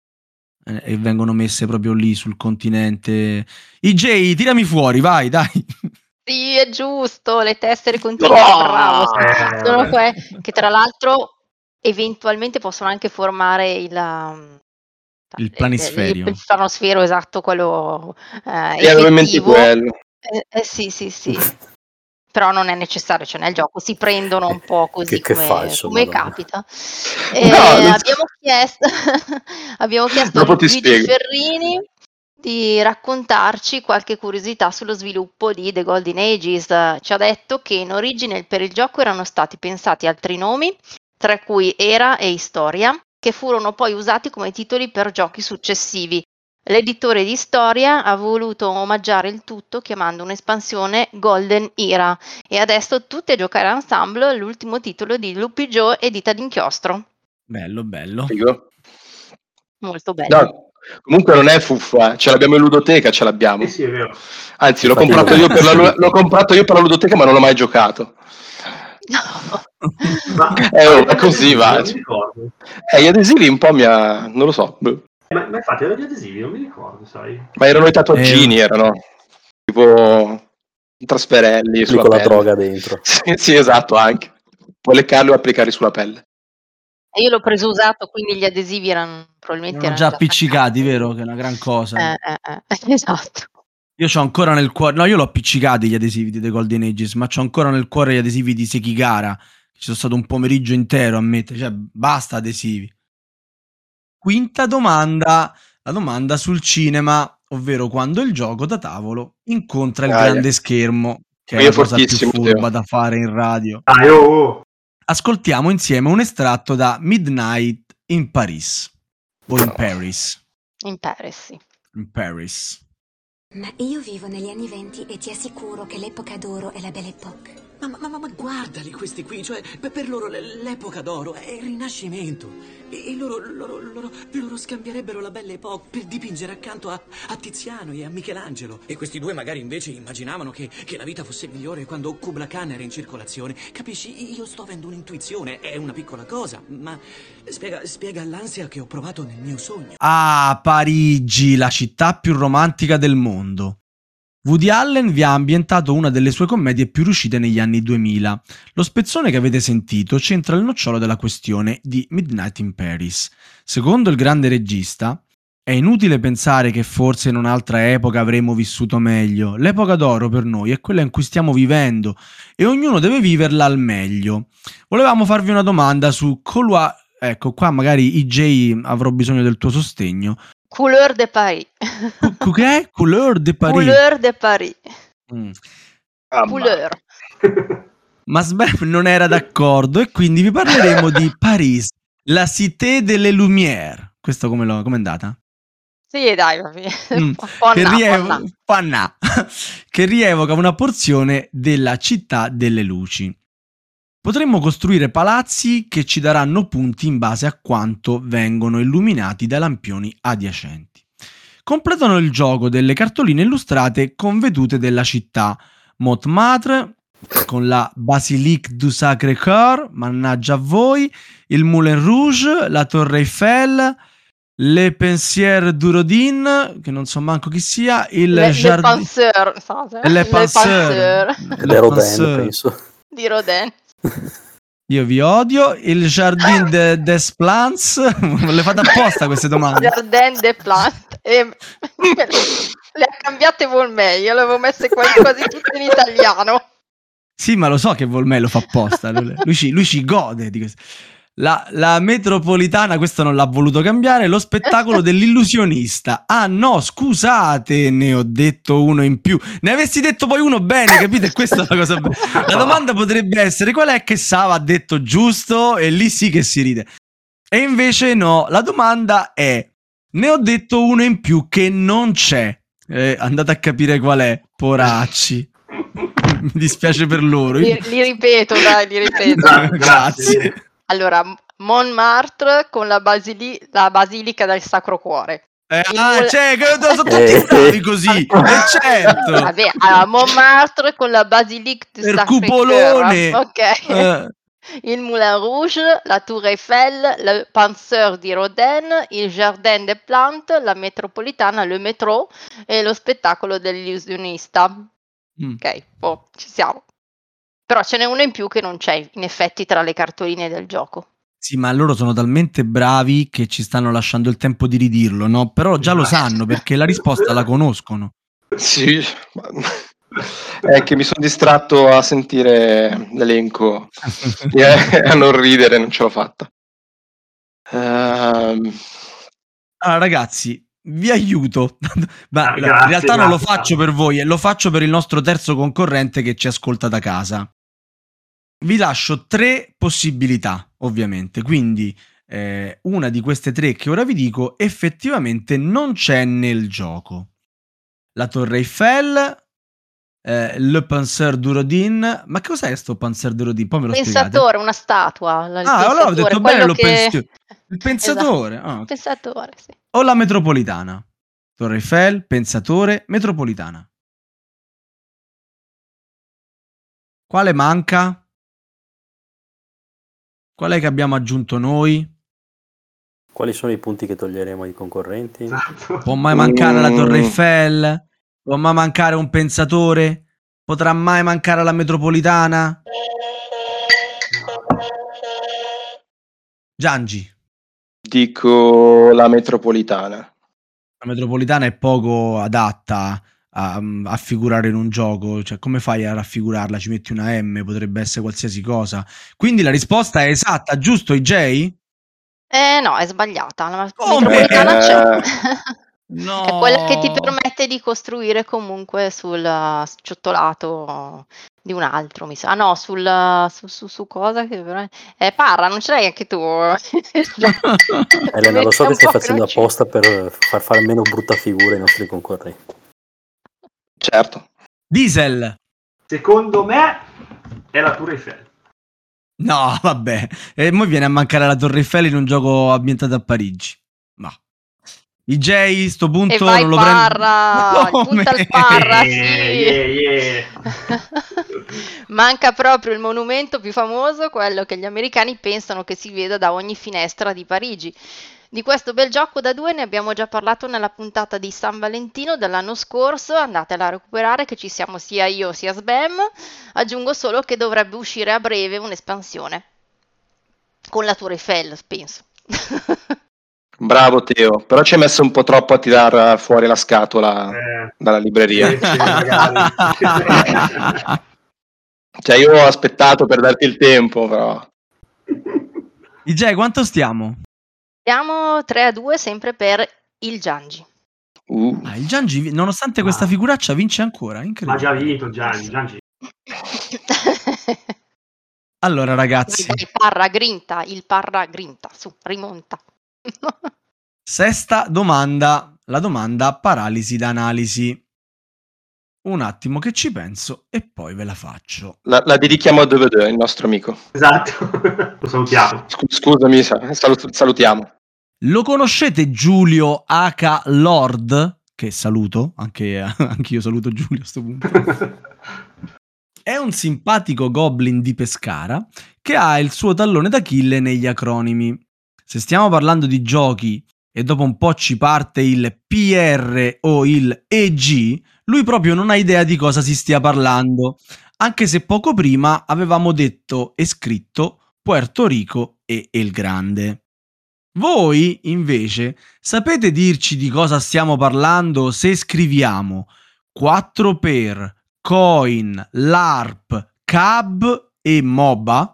eh, e vengono messe proprio lì sul continente. I J, tirami fuori, vai, dai. Sì, è giusto, le tessere continente, oh! bravo. Sono, sono que- che tra l'altro eventualmente possono anche formare il... Il planisferio. Il, il planisfero, esatto, quello eh, e effettivo. Quello. Eh, eh, sì, sì, sì. Però non è necessario, cioè nel gioco si prendono un po' così che, come, che falso, come Madonna. capita. Eh, no, abbiamo chiesto, abbiamo chiesto a Luigi spiego. Ferrini di raccontarci qualche curiosità sullo sviluppo di The Golden Ages. Ci ha detto che in origine per il gioco erano stati pensati altri nomi, tra cui Era e Historia, che furono poi usati come titoli per giochi successivi. L'editore di Storia ha voluto omaggiare il tutto chiamando un'espansione Golden Era e adesso tutti a giocare ensemble l'ultimo titolo di Lupi Joe e Dita d'Inchiostro. Bello, bello. Figo. Molto bello. No, comunque non è fuffa, ce l'abbiamo in ludoteca, ce l'abbiamo. Sì, sì, è vero. Anzi, l'ho comprato, io per la, l'ho comprato io per la ludoteca, ma non l'ho mai giocato. No. Ma, eh, oh, ma così va. Non mi ricordo. Eh, gli adesivi un po' mi ha... non lo so. Ma, ma infatti erano gli adesivi, non mi ricordo, sai. Ma erano i tatuaggini, eh. erano tipo trasferelli sulla con pelle. la droga dentro. Sì, sì, esatto, anche. Puoi leccarlo e applicarli sulla pelle. E io l'ho preso usato, quindi gli adesivi erano probabilmente erano erano già già appiccicati, attaccati. vero? Che è una gran cosa. Eh, eh, eh, esatto. Io c'ho ancora nel cuore, no, io l'ho appiccicati gli adesivi di The Golden Ages, ma c'ho ancora nel cuore gli adesivi di Sekigara. Ci sono stato un pomeriggio intero a mettere, cioè basta adesivi. Quinta domanda, la domanda sul cinema, ovvero quando il gioco da tavolo incontra il ah, grande yeah. schermo, che è la cosa più furba da fare in radio. Ah, io. Ascoltiamo insieme un estratto da Midnight in Paris, o in Paris. In Paris, sì. In Paris. Ma io vivo negli anni venti e ti assicuro che l'epoca d'oro è la Belle Époque. Ma, ma, ma, ma guardali questi qui, cioè per loro l'epoca d'oro è il Rinascimento e loro, loro, loro, loro scambierebbero la Belle Époque per dipingere accanto a, a Tiziano e a Michelangelo. E questi due magari invece immaginavano che, che la vita fosse migliore quando Kubla Khan era in circolazione. Capisci? Io sto avendo un'intuizione, è una piccola cosa, ma spiega, spiega l'ansia che ho provato nel mio sogno. Ah, Parigi, la città più romantica del mondo. Woody Allen vi ha ambientato una delle sue commedie più riuscite negli anni duemila. Lo spezzone che avete sentito centra il nocciolo della questione di Midnight in Paris. Secondo il grande regista, è inutile pensare che forse in un'altra epoca avremmo vissuto meglio. L'epoca d'oro per noi è quella in cui stiamo vivendo e ognuno deve viverla al meglio. Volevamo farvi una domanda su Colua... Ecco, qua magari I J avrò bisogno del tuo sostegno. Couleur de Paris. C- che è? Couleur de Paris. Couleur de Paris. Mm. Ah, Couleur. Ma Sbef non era d'accordo e quindi vi parleremo di Paris, la cité delle Lumière. Questo come è andata? Sì, dai, va bene. Mm. Che, rievo- panna. Che rievoca una porzione della città delle luci. Potremmo costruire palazzi che ci daranno punti in base a quanto vengono illuminati da lampioni adiacenti. Completano il gioco delle cartoline illustrate con vedute della città. Montmartre, con la Basilique du Sacré-Cœur, mannaggia a voi, il Moulin Rouge, la Torre Eiffel, Le Pensier d'Urodin, che non so manco chi sia, il Le, le Jardin... Penseur, so, Le le Penseur. Penseur Ed Le è Rodin, Penseur. penso. di Rodin. Io vi odio. Il Jardin de, des Plants. Le fate apposta queste domande. Jardin des Plantes. E le ha cambiate Volmei, io le avevo messe quasi, quasi tutte in italiano. Sì, ma lo so che Volmei lo fa apposta. Lui, lui ci, lui ci gode di questo. La, la metropolitana, questo non l'ha voluto cambiare. Lo spettacolo dell'illusionista. Ah no, scusate, ne ho detto uno in più. Ne avessi detto poi uno bene, capite? Questa è la cosa bella. La domanda potrebbe essere: qual è che Sava ha detto giusto? E lì sì che si ride. E invece no, la domanda è: ne ho detto uno in più che non c'è. Eh, andate a capire qual è, poracci. Mi dispiace per loro. Li, li ripeto, dai, li ripeto. Gra- Grazie. Allora, Montmartre con la, basili- la Basilica del Sacro Cuore. Eh, Il ah, mul- cioè, che sono tutti Eh. bravi così. E certo. Vabbè, allora, Montmartre con la Basilique du Per Sacré-Cœur. cupolone. Ok. Eh, Il Moulin Rouge, la Tour Eiffel, le Penseur di Rodin, il Jardin des Plantes, la metropolitana, le métro e lo spettacolo dell'illusionista. mm. Ok, oh, ci siamo. Però ce n'è uno in più che non c'è, in effetti, tra le cartoline del gioco. Sì, ma loro sono talmente bravi che ci stanno lasciando il tempo di ridirlo, no? Però già lo sanno perché la risposta la conoscono. Sì, ma- è che mi sono distratto a sentire l'elenco e a non ridere, non ce l'ho fatta. Ehm, Allora, ragazzi, vi aiuto. Ma Ah, in grazie, realtà non lo grazie. faccio per voi, eh, lo faccio per il nostro terzo concorrente che ci ascolta da casa. Vi lascio tre possibilità, ovviamente. Quindi eh, una di queste tre che ora vi dico effettivamente non c'è nel gioco. La Torre Eiffel, eh, Le Penseur d'Urodin. Ma che cos'è sto Penseur d'Urodin? Poi me lo spiegate. Pensatore, una statua. la- Il Ah, allora ho pensatore, detto bene quello lo che... pensio- il pensatore. Esatto. Ah, ok. Pensatore, sì. O la metropolitana. Torre Eiffel, pensatore, metropolitana. Quale manca? Qual è che abbiamo aggiunto noi? Quali sono i punti che toglieremo ai concorrenti? Esatto. Può mai mancare la Torre Mm. Eiffel? Può mai mancare un pensatore? Potrà mai mancare la metropolitana? Giangi, dico la metropolitana. la metropolitana è poco adatta a, a figurare in un gioco. Cioè, come fai a raffigurarla? Ci metti una M, potrebbe essere qualsiasi cosa. Quindi la risposta è esatta, giusto, I J? Eh no, è sbagliata. La Come? metropolitana c'è. Eh, No. È quella che ti permette di costruire comunque sul uh, ciottolato di un altro, mi sa. Ah no, sul, uh, su, su, su cosa che però- eh, Parra, non ce l'hai anche tu. Elena, lo so È che un stai po' facendo non ci- apposta per far fare meno brutta figura ai nostri concorrenti. certo. Diesel. Secondo me è la Tour Eiffel. No, vabbè. E poi viene a mancare la Torre Eiffel in un gioco ambientato a Parigi. Ma I J, sto punto E vai non lo Parra, prendo. punta Come? al Parra, Eh, sì. yeah, yeah. Manca proprio il monumento più famoso, quello che gli americani pensano che si veda da ogni finestra di Parigi. Di questo bel gioco da due ne abbiamo già parlato nella puntata di San Valentino dell'anno scorso, andatela a recuperare che ci siamo sia io sia Sbam. Aggiungo solo che dovrebbe uscire a breve un'espansione con la Tour Eiffel, penso. Bravo Teo, però ci hai messo un po' troppo a tirar fuori la scatola Eh, dalla libreria. sì, sì, magari. Cioè io ho aspettato per darti il tempo, però. I J, quanto stiamo? Siamo tre a due sempre per il Giangi. Uh. Ah, il Giangi, nonostante questa Ah. figuraccia, vince ancora. Ma Incredibile. già vinto Gianni, Gianni. Allora, Vai, ragazzi, vai, Parra grinta, il Parra grinta, su, rimonta. sesta domanda. La domanda paralisi d'analisi. Un attimo che ci penso e poi ve la faccio. La, la dedichiamo a Dovede, il nostro amico. Esatto, lo salutiamo. Scu- scusami, sa- salut- salutiamo. Lo conoscete Giulio H. Lord? Che saluto, anche anch'io saluto Giulio a sto punto. È un simpatico goblin di Pescara che ha il suo tallone d'Achille negli acronimi. Se stiamo parlando di giochi e dopo un po' ci parte il P R o il E G, lui proprio non ha idea di cosa si stia parlando, anche se poco prima avevamo detto e scritto Puerto Rico e El Grande. Voi, invece, sapete dirci di cosa stiamo parlando se scriviamo quattro per Coin, LARP, C A B e MOBA?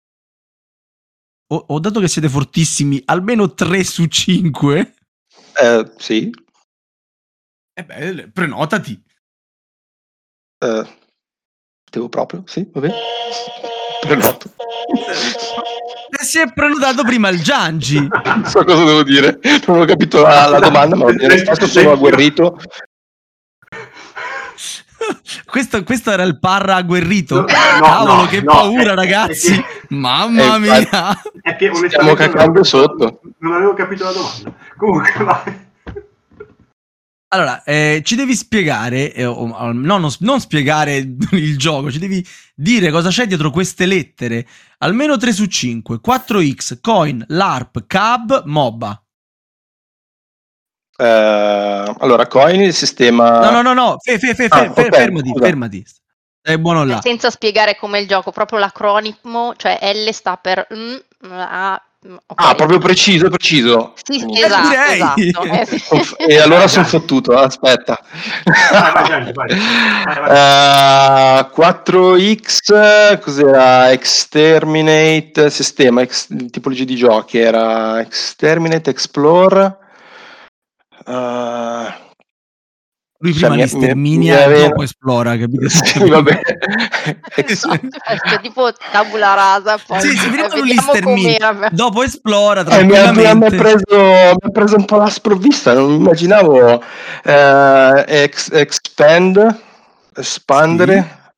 Ho, ho dato che siete fortissimi, almeno tre su cinque. Eh, sì. E beh, prenotati. Eh, devo proprio? Sì, va bene. Prenoto. E si è prenotato prima il Giangi. Non so cosa devo dire. Non ho capito la, la domanda, ma va bene. Stato sono agguerrito. questo, questo era il parra agguerrito? No, no, Cavolo, no, che no, paura, è- ragazzi. è- Mamma Eh, mia. È che onestamente Stiamo cacando non- sotto. Non avevo capito la domanda. Comunque, vai. Allora, eh, ci devi spiegare, eh, o- o- no, non, non spiegare il gioco, ci devi dire cosa c'è dietro queste lettere. Almeno tre su cinque. quattro X, Coin, LARP, C A B, MOBA. Eh, allora, Coin, il sistema... No, no, no, no, fe, fe, fe, Ah, fe- fe- ok, fermati, scusa. fermati. Stai buono là. Senza spiegare com'è il gioco, proprio l'acronimo, cioè L sta per mm, A, mm, ok. Ah, proprio preciso, preciso. Sì, Mm. esatto, direi. esatto. Eh, sì. Conf- E allora sono fottuto, aspetta. Vai, vai, Gianni, vai. Vai, vai. Eh, quattro X, cos'era? Exterminate, sistema, ex, tipologia di giochi, era Exterminate, Explore. eh, Lui cioè, prima mi- li mi- sterminia mi e viene- dopo esplora, capito? Sì, vabbè. Ex- Cioè, tipo tabula rasa, poi Sì, sì, prima eh, lui li vediamo sterminia, com'era. dopo esplora Eh, mi, ha, mi ha- mi ha tranquillamente. preso, mi ha preso un po' la sprovvista, non immaginavo eh, ex- expand, espandere,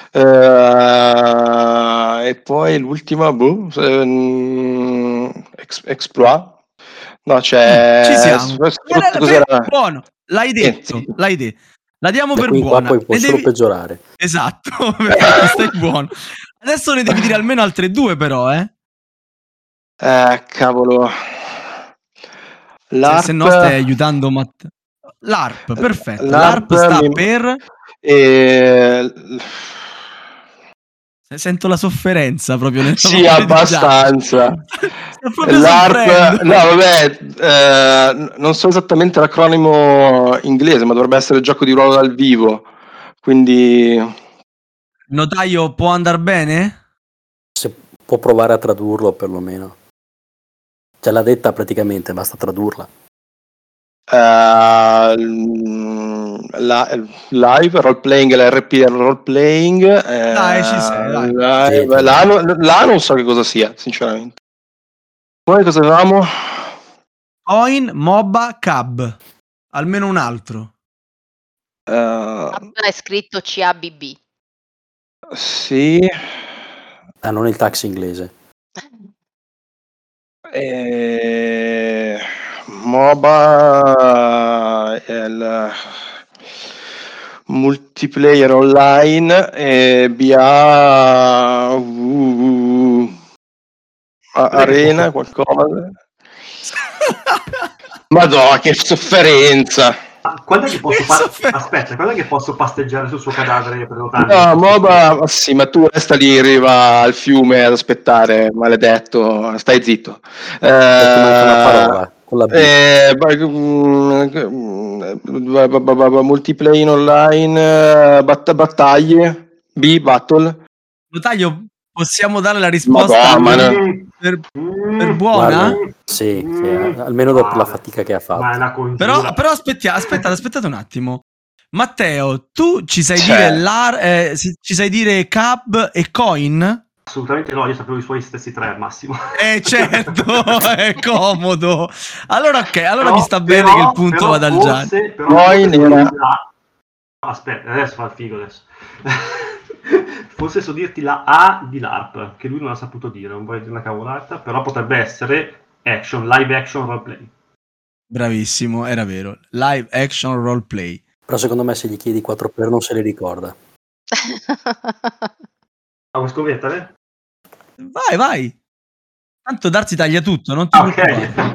eh, e poi l'ultima, boh, ehm, ex- exploit. No, c'è... Ci siamo. sfrutto- Eh, cos'era? fe- buono, l'hai Sì, detto, sì. l'hai detto. La diamo Da per qui in qua buona. poi può Ne solo devi- peggiorare. Esatto, perché stai buono. Adesso ne devi dire almeno altre due però, eh. Eh, cavolo. Se, L'ARP... se no stai aiutando Matteo. L'ARP, perfetto. L'ARP L'ARP sta mi- per... E... Sento la sofferenza proprio nella Sì, voce di abbastanza. Gianni. Sto proprio L'ARP, soffrendo. no, vabbè, eh, non so esattamente l'acronimo inglese, ma dovrebbe essere gioco di ruolo dal vivo. Quindi, Notaio, può andare bene? Se può provare a tradurlo perlomeno. Ce l'ha detta praticamente, basta tradurla. eh, la, live, role playing, l'R P role playing. eh, Dai, ci sei, dai. live, Sì, là, non- là non so che cosa sia, sinceramente. Poi cosa avevamo? Coin, MOBA, C A B. Almeno un altro. Eh, È scritto C A B B. sì. Ah, non il tax inglese. Eh, MOBA, è il multiplayer online, e B A, uh, a- Arena, qualcosa. Madonna, che sofferenza! Ah, quando è che posso Che pa- soffer- Aspetta, quando è che posso pasteggiare sul suo cadavere prenotando? No, MOBA, ma sì, ma tu resta lì in riva al fiume ad aspettare, maledetto, stai zitto. E ti manca una Eh, parola con la B. Eh, ba- mm, ba- ba- ba- ba- multiplayer online, eh, batt- battaglie, B, battle. Notaio, possiamo dare la risposta Madonna, ma per, ne- per- Mm, per buona? Guarda, sì, Mm. sì, almeno dopo la Guarda, fatica che ha fatto. Ma è una congiura. Però, però aspettia- aspettate, aspettate un attimo. Matteo, tu ci sai Cioè. dire l'ar- eh, si- ci sai dire C A B e Coin? Assolutamente no, io sapevo i suoi stessi tre al massimo. Eh certo, è comodo. Allora ok, allora Però- mi sta bene però- che il punto però vada al Gianni. forse- però Poi forse nera. dirti la- Aspetta, adesso fa il figo adesso. Forse so dirti la A di LARP, che lui non ha saputo dire, non voglio dire una cavolata, però potrebbe essere action, live action roleplay. Bravissimo, era vero. Live action roleplay. Però secondo me se gli chiedi quattro per non se li ricorda. Ah, vuoi scommettere? Vai, vai. Tanto Darsi taglia tutto, non ti Ok. preoccupare.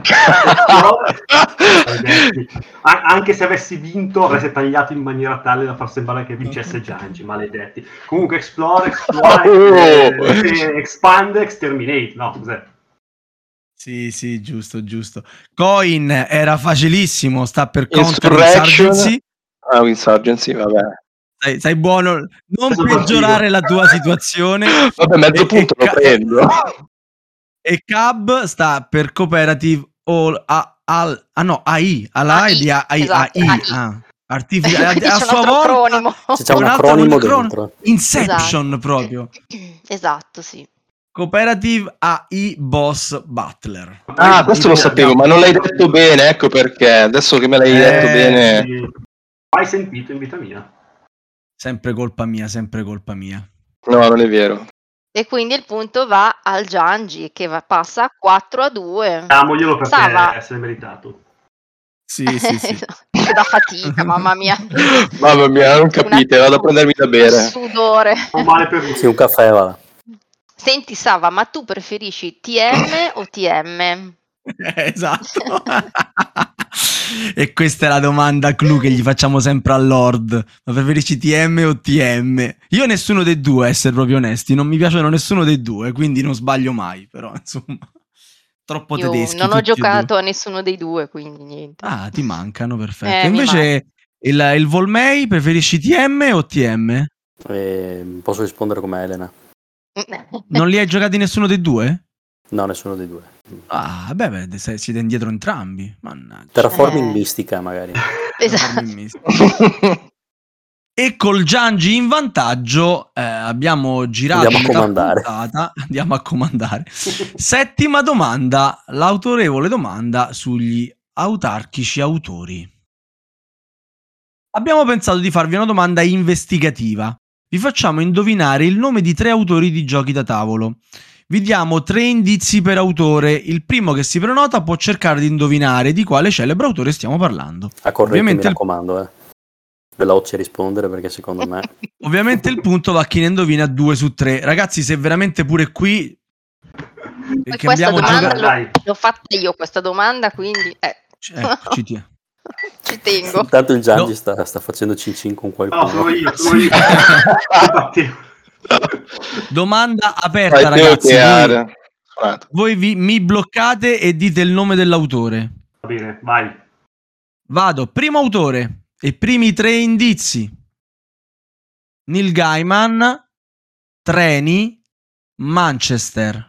An- anche se avessi vinto avresti tagliato in maniera tale da far sembrare che vincesse Giangi, maledetti. Comunque Explore, Explore, Oh. eh, Expand, Exterminate, no, cos'è? Sì, sì, giusto, giusto. Coin era facilissimo, sta per Counter Insurrection. Insurgency. Ah, Insurgency, vabbè. Sei, sei buono, non Adesso peggiorare consiglio. la tua situazione. Vabbè, mezzo E- punto e lo ca- prendo. E C A B sta per Cooperative All, a, al, ah no, A I, alla A I di A I, esatto, A I, A I. ah, Artifici- a, Quindi a c'è un sua altro volta acronimo. C'è un un altro acronimo acronimo. dentro. Inception Esatto. proprio. Esatto, sì. Cooperative A I Boss Butler. Ah, questo lo Tipo- sapevo, ma non l'hai detto bene, ecco perché. Adesso che me l'hai Eh, detto bene. Sì. Hai sentito in vita mia? Sempre colpa mia, sempre colpa mia. No, non è vero. E quindi il punto va al Giangi che va- passa quattro a due. Damoglielo perché Sava. se l'è meritato. Sì, sì, sì. Che da fatica, mamma mia. Mamma mia, non capite, vado a prendermi da bere. Sudore. Non male per lui. Sì, un caffè, va. Senti Sava, ma tu preferisci T M o T M? Esatto. E questa è la domanda clou che gli facciamo sempre a Lord. Ma preferisci T M o T M? Io nessuno dei due, a essere proprio onesti. Non mi piacciono nessuno dei due, quindi non sbaglio mai. Però, insomma, troppo Io tedeschi. non ho tutti e giocato due. a nessuno dei due, quindi niente. Ah, ti mancano, perfetto. Eh, mi Invece, il, il Volmei, preferisci T M o T M? E posso rispondere come Elena? Non li hai giocati nessuno dei due? No, nessuno dei due. Ah, beh, beh, se- siete indietro entrambi. Mannaggia. Terraforming Eh. Mistica, magari. Esatto. E col Giangi in vantaggio eh, abbiamo girato Andiamo a metà comandare. puntata. Andiamo a comandare. Settima domanda, l'autorevole domanda sugli autarchici autori. Abbiamo pensato di farvi una domanda investigativa. Vi facciamo indovinare il nome di tre autori di giochi da tavolo. Vi diamo tre indizi per autore. Il primo che si prenota può cercare di indovinare di quale celebro autore stiamo parlando. A corretti, Ovviamente mi il- raccomando, eh. Veloci a rispondere, perché secondo me... Ovviamente il punto va a chi ne indovina due su tre. Ragazzi, se veramente pure qui Poi che questa abbiamo domanda giocato... Dai. l'ho, l'ho fatta io, questa domanda, quindi eh, Ecco, ci tiene. ci tengo. Intanto il Giangi No. sta, sta facendo cin cin con qualcuno. No, sono io, sono io. Battevo. Domanda aperta, Vai, devo ragazzi. Voi, creare. Guarda. voi vi, mi bloccate e dite il nome dell'autore. Va bene, vai. Vado. Primo autore e primi tre indizi. Neil Gaiman, Treni, Manchester.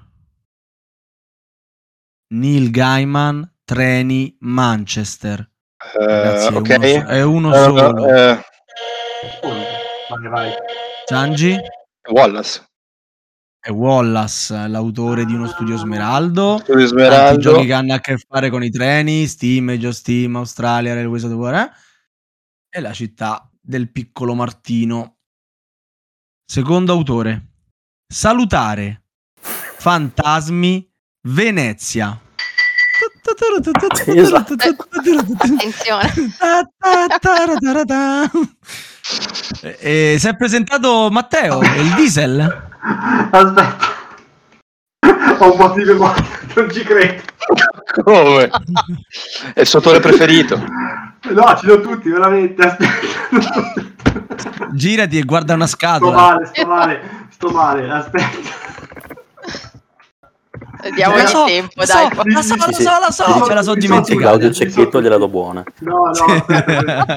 Neil Gaiman, Treni, Manchester. Eh, Ragazzi, è ok. uno, so- è uno Eh, solo. eh, Vai, vai. Giangi? Wallace. È Wallace, l'autore di Uno Studio Smeraldo. Studio Tanti Smeraldo. giochi che hanno a che fare con i treni, Steam, Age of Steam, Australia, Railways of the War, eh? E la città del piccolo Martino. Secondo autore. Salutare. Fantasmi. Venezia. Attenzione. E si è presentato Matteo, il diesel. Aspetta. Ho un motivo emotivo, non ci credo. Come? È il suo autore preferito. No, ce l'ho tutti, veramente. Aspetta. Girati e guarda una Sto scatola. male, sto male, sto male, aspetta. Diamo La il so, tempo, la dai. so, la so, la Sì, so, la so, sì. me la so Sì, sì, dimenticata. Claudio Cecchetto gliela do buona. No, no, aspetta.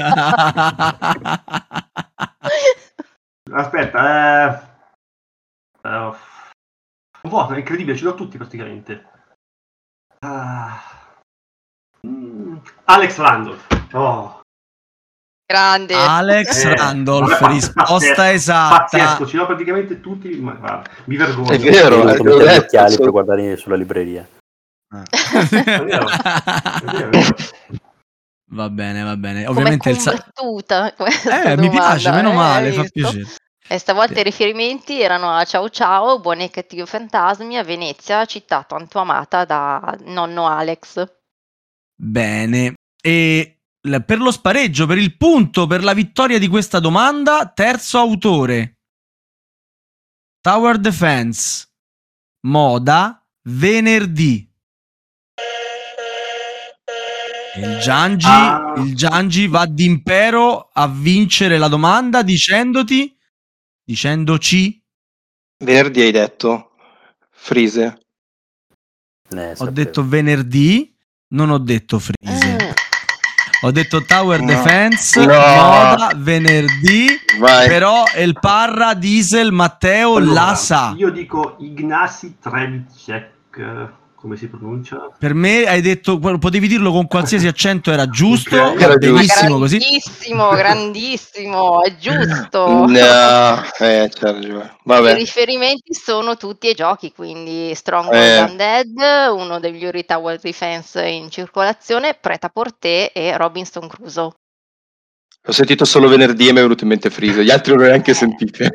Aspetta, eh... Uh, oh, è incredibile, ce l'ho tutti praticamente. Ah. Mm, Alex Randolph. Oh. Grande. Alex Eh, Randolph, vabbè, risposta pazzesco, esatta. Pazzesco, ce l'ho praticamente tutti, ma guarda, mi vergogno. È vero, Devo eh, mettere l'ho gli detto, occhiali so- per guardare sulla libreria. È vero, è vero, è vero. Va bene, va bene. Come Ovviamente il sa- combattuta questa Eh, mi domanda, piace, meno eh, male, hai fa visto? piacere. E stavolta i riferimenti erano a Ciao Ciao, Buoni e cattivi fantasmi, a Venezia, città tanto amata da nonno Alex. Bene. E l- per lo spareggio, per il punto, per la vittoria di questa domanda, terzo autore. Tower Defense, moda, venerdì. Il Giangi, Ah. il Giangi va d'impero a vincere la domanda dicendoti, dicendoci, Venerdì hai detto? Freeze. Eh, ho sapevo. detto venerdì, non ho detto Freeze. Mm. Ho detto Tower No. Defense, No. moda, venerdì, Vai. però il Parra, Diesel, Matteo Allora, la sa. Io dico Ignasi Trevicek, come si pronuncia? Per me hai detto, potevi dirlo con qualsiasi accento, era giusto, Ok. va Era benissimo così. Grandissimo, grandissimo, è giusto. No, eh, c'ha ragione. I Vabbè. riferimenti sono tutti ai giochi, quindi Stronghold Eh. Undead, uno degli migliori Tower Defense in circolazione, Pret-a-Porter e Robinson Crusoe. Ho sentito solo venerdì e mi è venuto in mente Freeze. Gli altri non li ho neanche sentiti.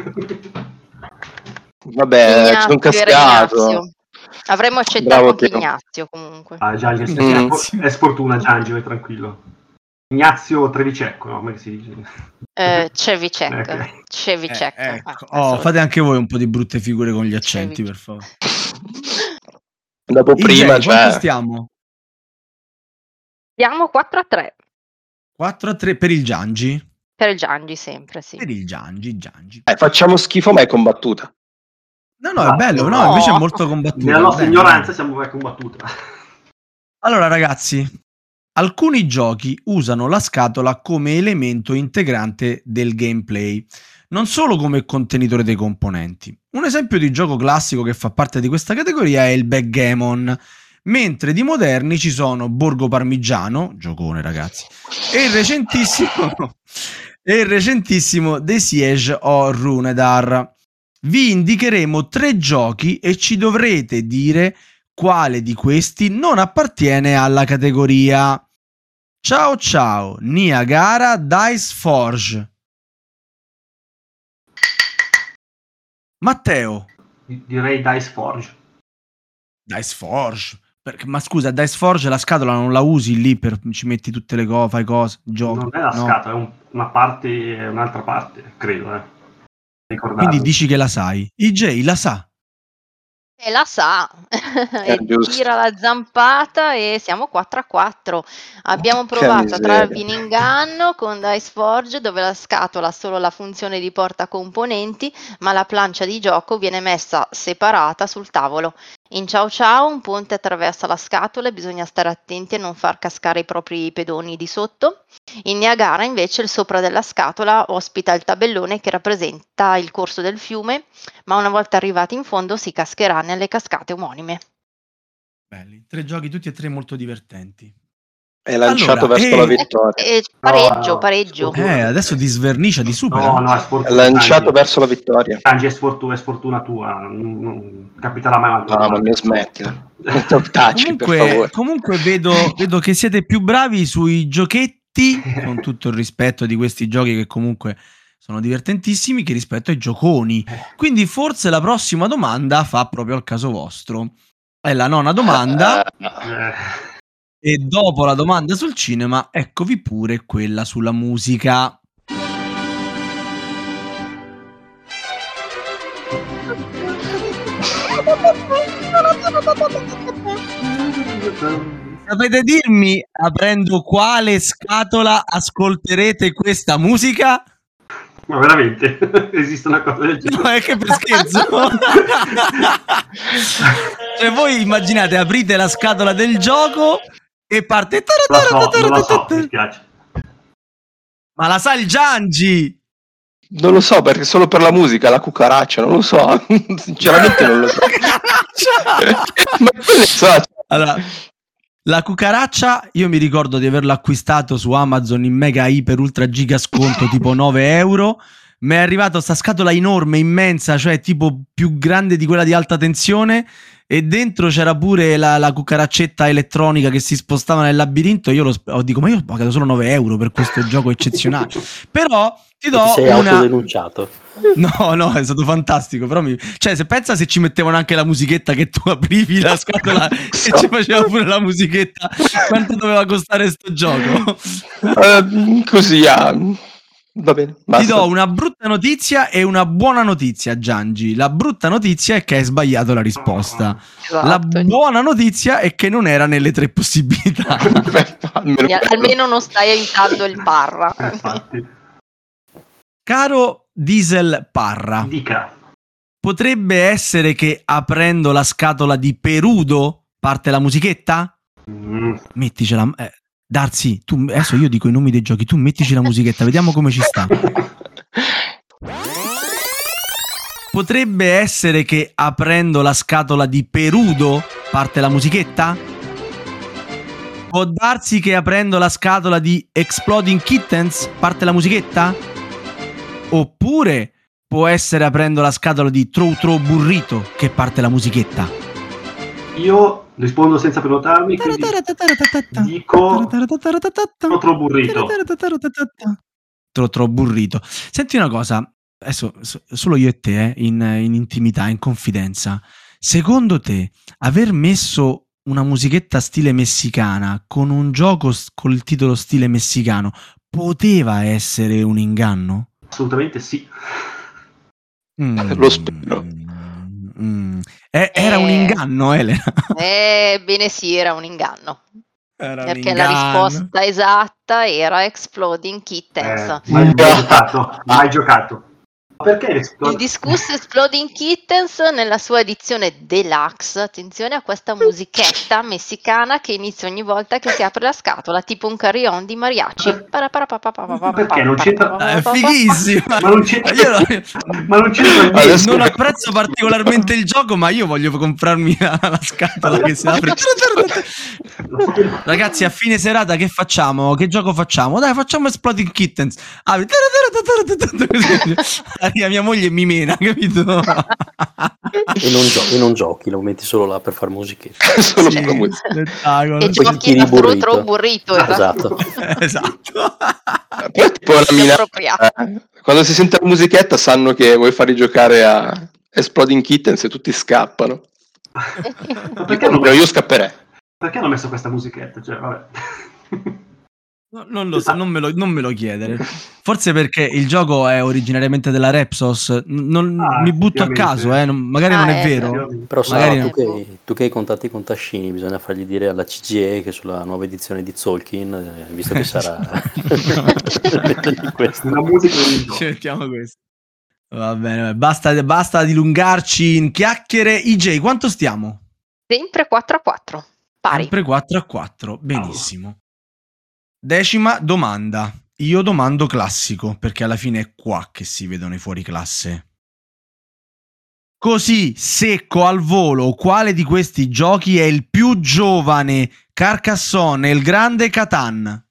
Vabbè, ci sono Ignazio era cascato. Ignazio. Avremmo accettato Bravo, anche Teo. Ignazio comunque. Ah, Giangi, è, Mm. è sfortuna, Giangi, vai tranquillo. Ignazio Trevicecco, no? Come si dice? Eh, Cevicek. Ok. Cevicek. Eh, ecco. Ah, Oh, adesso- fate anche voi un po' di brutte figure con gli accenti, per favore. Dopo I prima, J, quanto cioè... stiamo? Siamo quattro a tre quattro a tre per il Giangi? per il Giangi sempre, sì. Per il Giangi, Giangi. Eh, facciamo schifo, ma è combattuta. No, no, è Ah, bello, no, no. invece è molto combattuto. Nella nostra bene, ignoranza bene. siamo combattuta. Allora, ragazzi, alcuni giochi usano la scatola come elemento integrante del gameplay, non solo come contenitore dei componenti. Un esempio di gioco classico che fa parte di questa categoria è il backgammon, mentre di moderni ci sono Borgo Parmigiano, giocone ragazzi, e il recentissimo, e il recentissimo The Siege o Runedar. Vi indicheremo tre giochi e ci dovrete dire quale di questi non appartiene alla categoria. Ciao ciao, Niagara Dice Forge. Matteo. Direi Dice Forge. Dice Forge. Perché, ma scusa, Dice Forge la scatola non la usi lì per ci metti tutte le cose, fai cose, giochi. Non è la no. scatola, è un- una parte, è un'altra parte, credo, eh. Ricordarlo. Quindi dici che la sai. I J la sa. E la sa, È e giusto. tira la zampata e siamo quattro a quattro. Abbiamo Che provato a miseria. trarvi in inganno con Dice Forge, dove la scatola ha solo la funzione di porta componenti, ma la plancia di gioco viene messa separata sul tavolo. In Ciao Ciao un ponte attraversa la scatola e bisogna stare attenti a non far cascare i propri pedoni di sotto. In Niagara invece il sopra della scatola ospita il tabellone che rappresenta il corso del fiume, ma una volta arrivati in fondo si cascherà nelle cascate omonime. Belli. Tre giochi tutti e tre molto divertenti. È lanciato Allora, verso eh, la vittoria. E pareggio, no, pareggio. sfortuna. Eh, adesso ti sverniciati No, supera. no, è È sfortuna. lanciato Giangi. verso la vittoria. Giangi, è sfortuna, è sfortuna tua. Non, non capiterà mai una No, ma mi smettila. Taci, per Comunque, favore. comunque vedo, vedo che siete più bravi sui giochetti, con tutto il rispetto di questi giochi che comunque sono divertentissimi, che rispetto ai gioconi. Quindi forse la prossima domanda fa proprio al caso vostro. È la nona domanda Eh, e dopo la domanda sul cinema, eccovi pure quella sulla musica. Sapete dirmi, aprendo quale scatola ascolterete questa musica? ma veramente esiste una cosa del genere? No, è che per scherzo. Cioè voi immaginate, aprite la scatola del gioco e parte... Non la so, non la so, mi spiace. Ma la sa il Giangi! Non lo so, perché solo per la musica, la cucaraccia, non lo so. Sinceramente non lo so. Ma che ne so? Allora, la cucaraccia, io mi ricordo di averlo acquistato su Amazon in mega iper ultra giga sconto tipo nove euro. Mi è arrivata sta scatola enorme, immensa, cioè tipo più grande di quella di alta tensione, e dentro c'era pure la, la cucaraccetta elettronica che si spostava nel labirinto. Io lo oh, dico, ma io ho pagato solo nove euro per questo gioco eccezionale. Però ti do Ti sei una... autodenunciato. No, no, è stato fantastico. Però mi... Cioè, se pensa se ci mettevano anche la musichetta che tu aprivi la scatola e ci faceva pure la musichetta, quanto doveva costare sto gioco? Uh, così, ah, Va bene, Ti basta. do una brutta notizia e una buona notizia, Giangi. La brutta notizia è che hai sbagliato la risposta. Esatto. La buona notizia è che non era nelle tre possibilità. Perfetto, almeno, Quindi, almeno non stai aiutando il Parra. Eh, infatti. Caro Diesel Parra, Dica. potrebbe essere che aprendo la scatola di Perudo parte la musichetta? Mm. Metticela. Eh, Darsi, tu adesso io dico i nomi dei giochi, tu mettici la musichetta, vediamo come ci sta. Potrebbe essere che aprendo la scatola di Perudo parte la musichetta? Può darsi che aprendo la scatola di Exploding Kittens parte la musichetta? Oppure può essere aprendo la scatola di Tro Tro Burrito che parte la musichetta? Io rispondo senza prenotarmi, quindi dico Tro Tro Burrito. Tro Tro Burrito. Senti una cosa, adesso so- solo io e te, eh, in, in intimità, in confidenza. Secondo te, aver messo una musichetta stile messicana con un gioco s- col titolo stile messicano poteva essere un inganno? Assolutamente sì. Mm. Lo spero. Mm. Eh, era un Eh. inganno, Elena. Ebbene sì, era un inganno. Era un Perché la inganno. risposta esatta era Exploding Kittens. Eh, mai, mai giocato, mai giocato. Perché Il discusso Exploding Kittens nella sua edizione deluxe, attenzione a questa musichetta messicana che inizia ogni volta che si apre la scatola, tipo un carillon di mariachi. Perché non c'entra? Ah, è fighissimo. Ma non c'entra, Io ma non c'entra niente. Adesso- non apprezzo particolarmente il gioco, ma io voglio comprarmi la, la scatola che si apre. Ragazzi, a fine serata che facciamo? Che gioco facciamo? Dai, facciamo Exploding Kittens. Apri. Arriva mia moglie e mi mena, capito? E non, gio- e non giochi, lo metti solo là per far musichetta. Solo Sì, per la musica. spettacolo. E Poi giochi tiri a Tro burrito. Tro Burrito, esatto. Esatto. Esatto. Poi è tipo una Si minaccia. appropriato. eh. Quando si sente la musichetta sanno che vuoi farli giocare a Exploding Kittens e tutti scappano. Ma Io, perché, hanno io messo, scapperei. perché hanno messo questa musichetta? Cioè, vabbè. No, non lo so, non me lo, non me lo chiedere. Forse perché il gioco è originariamente della Repsos. N- non- Ah, mi butto a effettivamente. caso, eh, non- magari Ah, non è eh, vero. Però Magari Sara, no. tu, che, tu che hai contatti con Tascini, bisogna fargli dire alla C G A che sulla nuova edizione di Tolkien, eh, visto che sarà questo. Una musica di gioco. Ci mettiamo questo. Va bene, vabbè, basta, basta dilungarci in chiacchiere. I J, quanto stiamo? Sempre quattro a quattro. Pari. Sempre quattro a quattro. Benissimo. Decima domanda. Io domando classico, perché alla fine è qua che si vedono i fuori classe. Così, secco al volo, quale di questi giochi è il più giovane? Carcassonne, il grande Catan?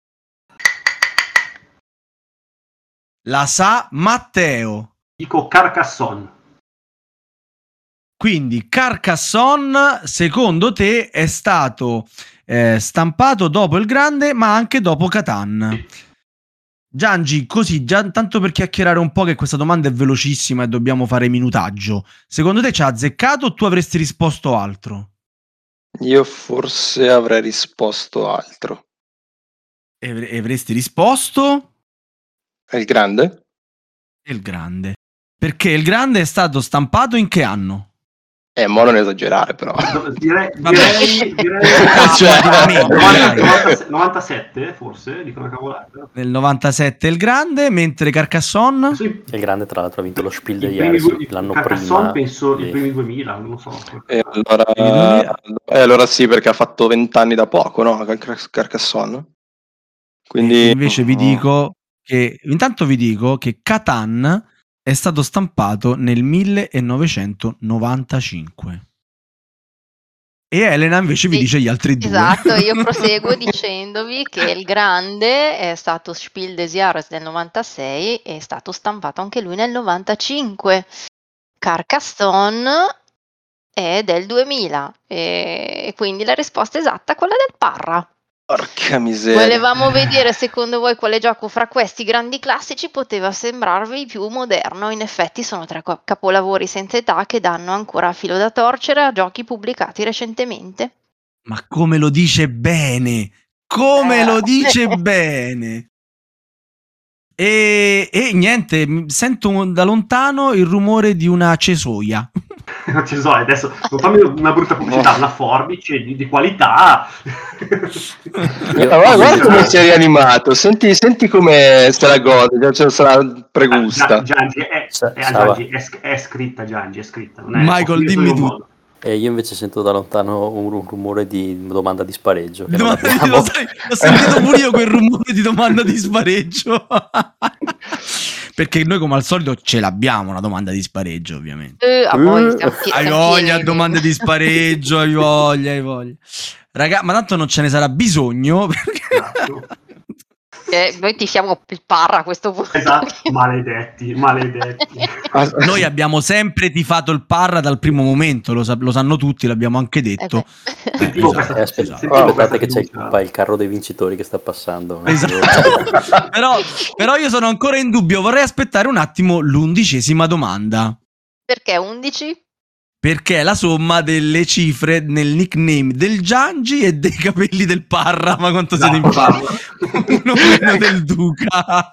La sa Matteo. Dico Carcassonne. Quindi Carcassonne, secondo te, è stato eh, stampato dopo il grande, ma anche dopo Catan. Giangi, così, già tanto per chiacchierare un po', che questa domanda è velocissima e dobbiamo fare minutaggio. Secondo te ci ha azzeccato o tu avresti risposto altro? Io forse avrei risposto altro. E avre- e avresti risposto È il grande? il grande. Perché il grande è stato stampato in che anno? Eh, mo non esagerare però. Direi, Vabbè. direi, direi Cioè, relativamente, novanta, dai. novanta, novantasette forse, dico una cavolata. Nel novantasette il grande, mentre Carcassonne? Sì, Il grande, tra l'altro, ha vinto lo Spiel i degli primi due- Jahres l'anno Carcassonne prima. penso i di- primi duemila, non lo so. E allora, eh, allora sì, perché ha fatto vent'anni da poco, no? Car- Carcassonne. Quindi E invece vi dico che intanto vi dico che Catan è stato stampato nel millenovecentonovantacinque. E Elena invece vi Sì, dice gli altri due. Esatto, io proseguo dicendovi che il grande è stato Spiel des Jahres del novantasei e è stato stampato anche lui nel novantacinque. Carcassonne è del duemila e e quindi la risposta esatta è quella del Parra. porca miseria. Volevamo vedere secondo voi quale gioco fra questi grandi classici poteva sembrarvi più moderno. In effetti sono tre co- capolavori senza età che danno ancora filo da torcere a giochi pubblicati recentemente. Ma come lo dice bene! Come Eh. lo dice bene! E, e niente, m- sento da lontano il rumore di una cesoia. Non ci so, adesso non fammi una brutta pubblicità, una forbice di, di qualità. Ma guarda, guarda come si è rianimato, senti, senti come se la gode, cioè sarà pregusta. Giangi è, Sa- è, Sava. Giangi, è, sc- è scritta, Giangi, è scritta. Non è, Michael, ho finito dimmi in un tu. modo. E io invece sento da lontano un, un rumore di domanda di spareggio. Che non Domanda di- abbiamo. lo sai, ho sentito pure io quel rumore di domanda di spareggio. Perché noi come al solito ce l'abbiamo una domanda di spareggio, ovviamente. Eh, a voi, stiamo pie- Hai siamo voglia, pieni di- domande di spareggio, hai voglia, hai voglia. Raga, ma tanto non ce ne sarà bisogno perché... Esatto. Eh, noi tifiamo il Parra a questo punto. Esatto, maledetti, maledetti. Noi abbiamo sempre tifato il Parra dal primo momento, lo, sa- lo sanno tutti, l'abbiamo anche detto. Eh beh. Sentivo esatto, questa- Eh, aspetta, esatto. sentivo aspettate questa che c'è fiducia. qua il carro dei vincitori che sta passando. Esatto. però, però io sono ancora in dubbio, vorrei aspettare un attimo l'undicesima domanda. Perché undici? Perché è la somma delle cifre nel nickname del Giangi e dei capelli del Parra. Ma quanto siete No, infami. Uno meno del Duca.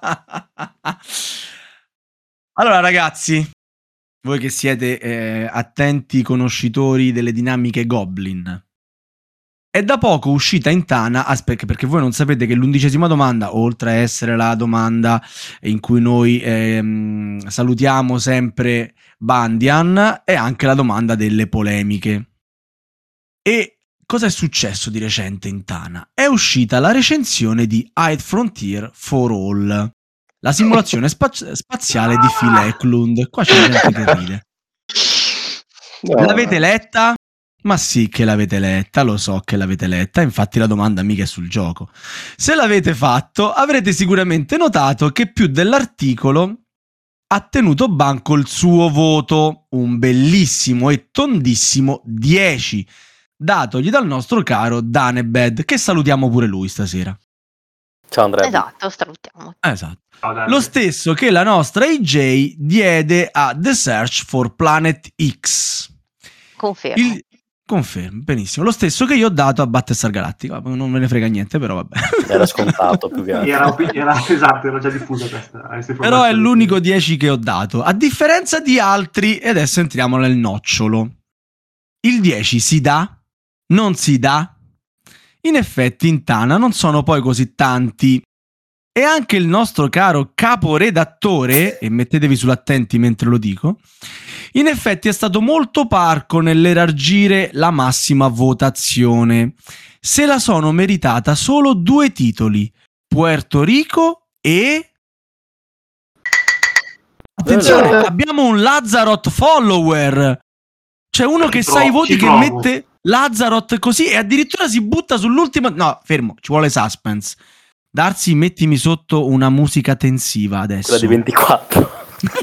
Allora ragazzi, voi che siete eh, attenti conoscitori delle dinamiche Goblin, è da poco uscita in Tana, aspetta, perché voi non sapete che l'undicesima domanda, oltre a essere la domanda in cui noi ehm, salutiamo sempre Bandian, è anche la domanda delle polemiche. E cosa è successo di recente in Tana? È uscita la recensione di Hyde Frontier for All, la simulazione spa- spaziale di Phil Eklund. Qua c'è gente che ride. No. L'avete letta? Ma sì che l'avete letta, lo so che l'avete letta, infatti la domanda mica è sul gioco. Se l'avete fatto, avrete sicuramente notato che più dell'articolo ha tenuto banco il suo voto, un bellissimo e tondissimo dieci, datogli dal nostro caro Danebed, che salutiamo pure lui stasera. Ciao Andrea. Esatto, salutiamo. Esatto. No, dai, Lo stesso che la nostra A J diede a The Search for Planet X. Confermo. Il... Confermo, benissimo. Lo stesso che io ho dato a Battlestar Galactica. Non me ne frega niente, però vabbè. Era scontato più che altro. Era, opi- era- esatto, era già diffusa questa. questa Però è informazione. l'unico dieci che ho dato. A differenza di altri, e adesso entriamo nel nocciolo. Il dieci si dà? Non si dà? In effetti in Tana non sono poi così tanti. E anche il nostro caro caporedattore, e mettetevi sull'attenti mentre lo dico, in effetti è stato molto parco nell'elargire la massima votazione. Se la sono meritata solo due titoli, Puerto Rico e... Attenzione, Eh. abbiamo un Lazarot follower. C'è uno Ci che provo, sa i voti ci che provo. mette Lazarot così e addirittura si butta sull'ultima... No, fermo, ci vuole suspense. Darsi, mettimi sotto una musica tensiva adesso. Quella di ventiquattro.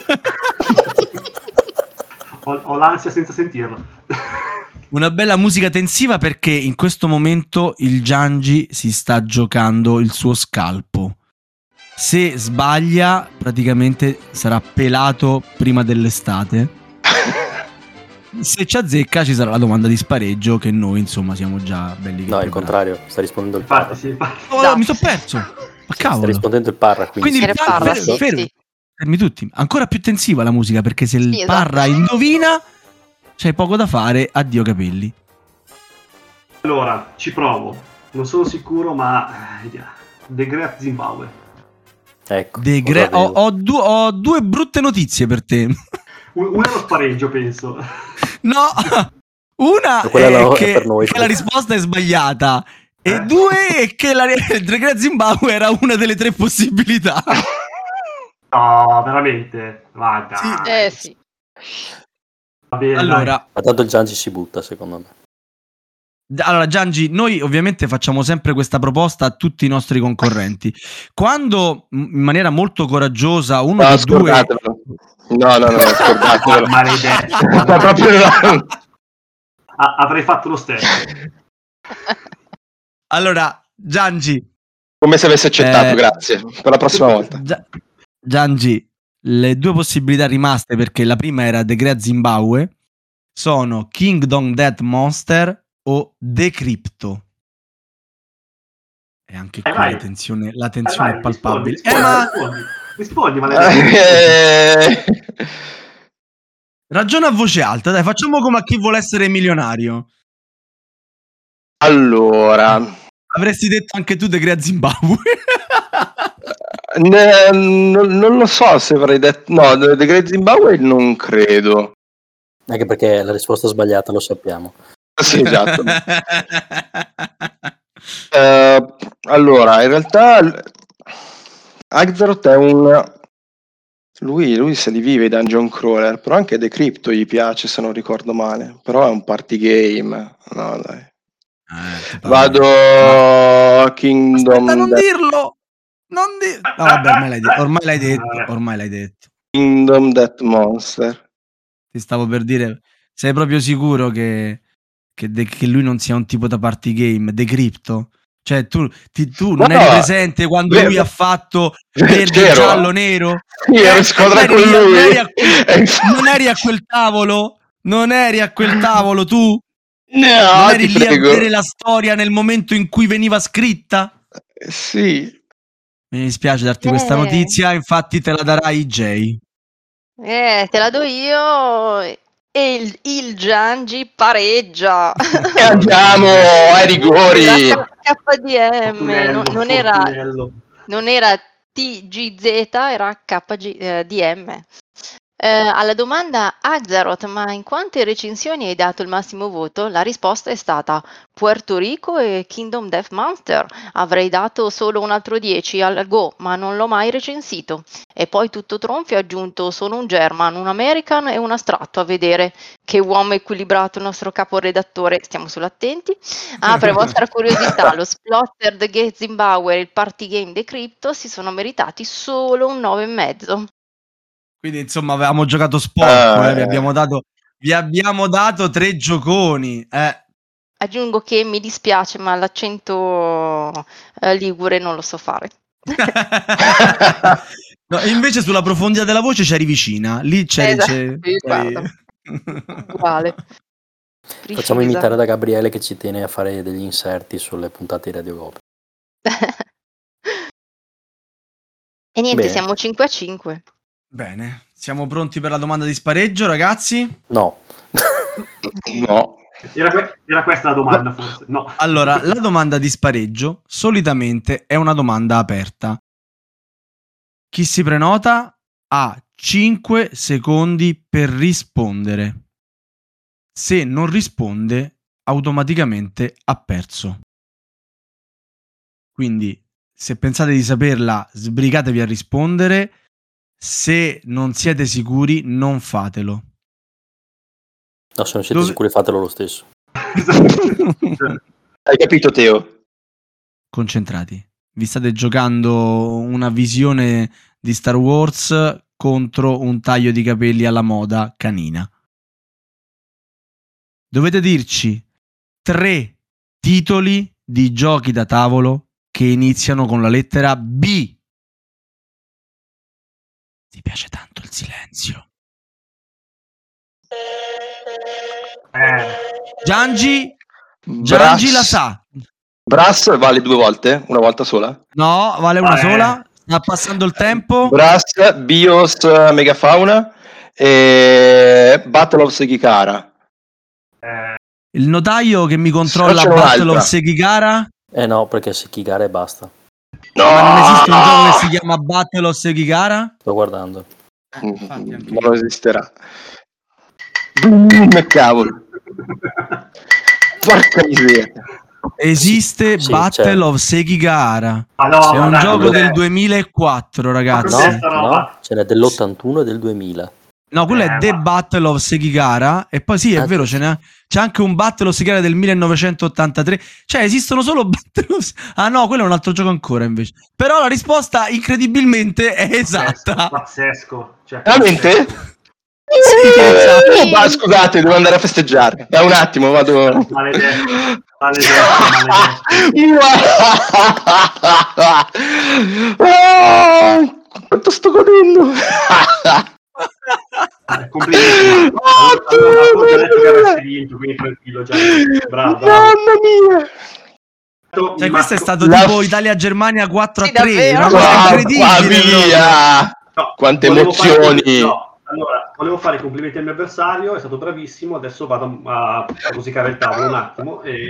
Ho, ho l'ansia senza sentirlo. Una bella musica tensiva perché in questo momento il Giangi si sta giocando il suo scalpo. Se sbaglia, praticamente sarà pelato prima dell'estate. Se ci azzecca, ci sarà la domanda di spareggio. Che noi, insomma, siamo già belli. che No, il preparati. contrario, sta rispondendo il Infatti, Parra. sì, infatti. Oh, no, mi sono perso. Ma Sta cavolo. rispondendo il Parra, quindi, Quindi il Era Parra, Parra, fermi, sì, fermi, sì. fermi tutti. Ancora più tensiva la musica perché se il Sì, esatto. Parra indovina, c'hai poco da fare. Addio capelli. Allora, ci provo. Non sono sicuro, ma... eh, vediamo. The Great Zimbabwe. Ecco, De cosa Gre- ho, avevo? ho du- ho due brutte notizie per te. Un, uno è lo spareggio, penso. No, una Quella è no, è che, per noi. che la risposta è sbagliata. E Eh. due è che la il Great Zimbabwe era una delle tre possibilità. No, veramente. Va, dai. Sì. Eh sì. Va bene, dai. Allora, Ma tanto il Giangi si butta, secondo me. allora Giangi, noi ovviamente facciamo sempre questa proposta a tutti i nostri concorrenti. Quando m- in maniera molto coraggiosa uno No, dei due scordatevelo. No, no, no, scordatevelo. Maledetto. Ma proprio no. Ah, avrei fatto lo stesso. Allora, Giangi, Come se avesse accettato, Eh, grazie. Per la prossima volta. Gia- Giangi, le due possibilità rimaste, perché la prima era The Great Zimbabwe, sono Kingdom Death Monster o Decrypto. E anche Eh, qui vai. la tensione, la Eh, tensione vai, è palpabile. rispondi, Eh, ma rispondi. Rispondi, maledetto. Ragiona a voce alta, dai, facciamo come a chi vuole essere milionario. Allora, avresti detto anche tu The Great Zimbabwe. ne, non, non lo so se avrei detto no, The Great Zimbabwe non credo. Anche perché la risposta sbagliata lo sappiamo. Sì, esatto. uh, allora, in realtà Azeroth è un Lui, lui se li vive i dungeon crawler, però anche The Crypto gli piace se non ricordo male, però è un party game, no dai. Eh, Vado a Kingdom Aspetta, non Death... dirlo! Non dir... No, vabbè, ormai l'hai, de- ormai l'hai detto, ormai l'hai detto. Kingdom Death Monster. Ti stavo per dire, sei proprio sicuro che, che, de- che lui non sia un tipo da party game, The Crypto? Cioè, tu, ti, tu non no, eri presente quando vero, lui ha fatto verde, c'ero. giallo, nero? Io ero in squadra con lui. Non eri, a quel, non eri a quel tavolo? Non eri a quel tavolo, tu? No, non eri lì prego. a vedere la storia nel momento in cui veniva scritta? Eh, sì. Mi dispiace darti eh. questa notizia, infatti te la darà I J. Eh, te la do io... E il, il Giangi pareggia. E andiamo ai rigori. K D M, non, non, era, non era T G Z, era K D M. Eh, alla domanda Azeroth, ma in quante recensioni hai dato il massimo voto? La risposta è stata Puerto Rico e Kingdom Death Monster. Avrei dato solo un altro dieci al Go, ma non l'ho mai recensito. E poi tutto tronfio ha aggiunto sono un German, un American e un astratto. A vedere che uomo equilibrato il nostro caporedattore, stiamo sull'attenti. Ah, per vostra curiosità, lo Splotter, The Great Zimbabwe e il Party Game The Crypto si sono meritati solo un nove e mezzo. Quindi insomma avevamo giocato sporco, uh, eh. vi, abbiamo dato, vi abbiamo dato tre gioconi. Eh. Aggiungo che mi dispiace, ma l'accento eh, ligure non lo so fare. No, invece sulla profondità della voce c'eri vicina, lì c'eri... Esatto, c'eri, sì, c'eri... Uguale. Facciamo imitare da Gabriele che ci tiene a fare degli inserti sulle puntate di Radio Goblin. E niente, Bene. Siamo cinque a cinque. Bene, siamo pronti per la domanda di spareggio, ragazzi? No. No. Era, que- era questa la domanda, forse. No. Allora, la domanda di spareggio solitamente è una domanda aperta. Chi si prenota ha cinque secondi per rispondere. Se non risponde, automaticamente ha perso. Quindi, se pensate di saperla, sbrigatevi a rispondere. Se non siete sicuri, non fatelo. No, se non siete Dove... sicuri, fatelo lo stesso. Hai capito, Teo? Concentrati. Vi state giocando una visione di Star Wars contro un taglio di capelli alla moda canina. Dovete dirci tre titoli di giochi da tavolo che iniziano con la lettera B. Ti piace tanto il silenzio. Eh. Giangi, Giangi la sa. Brass vale due volte? Una volta sola? No, vale una ah, sola. Eh. Sta passando il tempo. Brass, Bios, Megafauna e Battle of Sekikara. Eh. Il notaio che mi controlla Battle of Sekikara? Eh no, perché Sekikara e basta. No, ma non esiste un gioco che si chiama Battle of Sekikara? Sto guardando. Eh, infatti, anche non esisterà. Boom, cavolo. Porca miseria. Esiste sì, Battle c'è. of Sekikara. Ah, no, è un dai, gioco del duemilaquattro, ragazzi. No, no, ce n'è dell'ottantuno e del duemila. No, quello eh, è The ma... Battle of Sekikara. E poi sì, è ah, vero, ce n'è, c'è anche un Battle of Sekikara del millenovecentottantatré. Cioè, esistono solo Battle of... Ah no, quello è un altro gioco ancora, invece. Però la risposta, incredibilmente, è esatta. Pazzesco. Cioè, veramente? Sì, esatto. Oh, ma scusate, devo andare a festeggiare. Da un attimo, vado. Maledetto. Maledetto, maledetto. Oh, quanto sto godendo. Eh, complimenti. Oh, allora, allora, detto che avresti vinto, quindi tranquillo, già. Bravo, bravo. Mamma mia. Cioè, questo è stato la... tipo Italia-Germania quattro a tre, sì, una cosa incredibile. Via. No, quante volevo emozioni. Fare, no, allora, volevo fare i complimenti al mio avversario, è stato bravissimo, adesso vado a, a rosicare il tavolo un attimo e...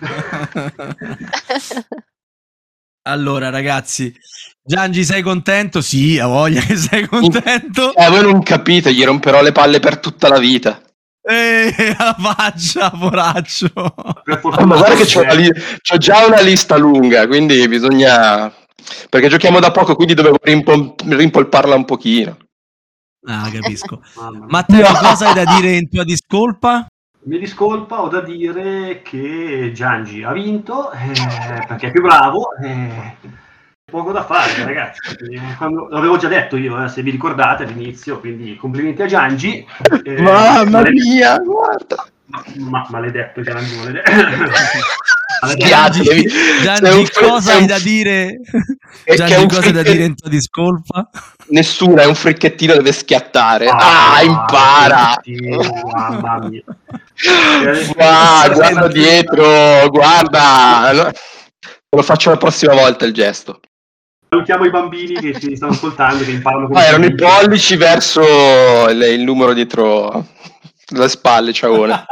Allora ragazzi, Giangi, sei contento? Sì, ha voglia che sei contento. Eh, voi non capite, gli romperò le palle per tutta la vita. Eh, la faccia, poraccio. Per Oh, fortuna ma guarda che c'è- c'ho, li- c'ho già una lista lunga, quindi bisogna... Perché giochiamo da poco, quindi dovevo rimpol- rimpolparla un pochino. Ah, capisco. Mamma mia. Matteo, No. cosa hai da dire in tua discolpa? Mi discolpa, ho da dire che Giangi ha vinto eh, perché è più bravo. Eh, poco da fare, ragazzi. Eh, quando- l'avevo già detto io, eh, se vi ricordate all'inizio, quindi complimenti a Giangi. Eh, Mamma maled- mia, guarda. ma- ma- maledetto Giangi, maledetto. Maledetto. Giangi, devi- Giangi, sei un- cosa sei hai un- da dire? che Giangi, è un cosa hai da fricche- dire in tua discolpa? Nessuna, è un fricchettino, deve schiattare. Ah, impara! Oddio, mamma mia. Ah, guarda dietro, guarda. No, te lo faccio la prossima volta il gesto. Salutiamo i bambini che ci stanno ascoltando, che imparano come Ah, si erano i vince. pollici verso il, il numero dietro le spalle, ciaone.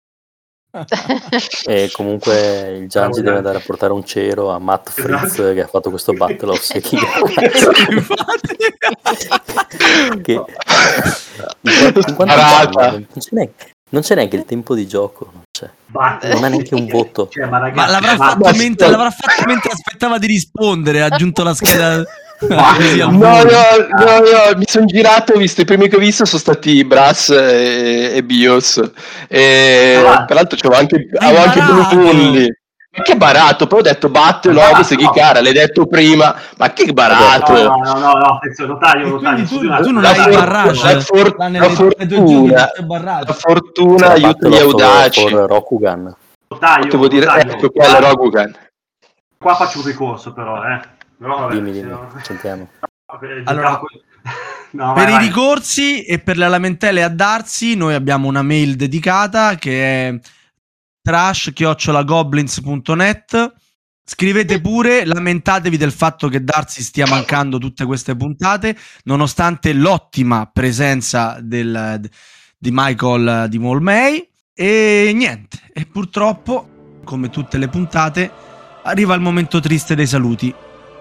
E comunque il Giangi Bravo, deve Giangi. andare a portare un cero a Matt Fritz Esatto. che ha fatto questo Battle of Sekiro. Infatti. che in quanto Parata. non c'è, neanche, non c'è neanche il tempo di gioco, non c'è. Batte. Non ha neanche un voto. Cioè, ma, ragazzi, Ma l'avrà ma- fatto, ma- mentre, l'avrà fatto mentre aspettava di rispondere, ha aggiunto la scheda Ma- così al No, volo. no, no, no, mi sono girato, ho visto i primi che ho visto sono stati Brass e, e Bios. E Ah. peraltro c'avevo anche, Hai avevo anche barato. Brulli. Ma che barato, poi ho detto batte, Ma Lobos e no. Chiccara, l'hai detto prima, ma che barato. No, no, no, no, no, attenzione, lo taglio, lo taglio. Quindi tu, scusi un attimo. tu non La hai for- barrage, la for- là la nelle tue due giochi, fortuna, tutte barrage. la fortuna C'era aiuta Battle gli of- audaci. for Rokugan. Lo taglio, Potevo lo dire, taglio. ecco qua la Rokugan. Qua faccio un ricorso però, eh. Però, vabbè, Dimmi, se dimmi, no- sentiamo. Vabbè, Allora, giocavo- no, Per vai, i vai. ricorsi e per le lamentele a darsi, noi abbiamo una mail dedicata che è trash chiocciola goblins punto net. Scrivete pure, lamentatevi del fatto che Darsi stia mancando tutte queste puntate, nonostante l'ottima presenza del, di Michael di Molmei. E niente, e purtroppo, come tutte le puntate, arriva il momento triste dei saluti.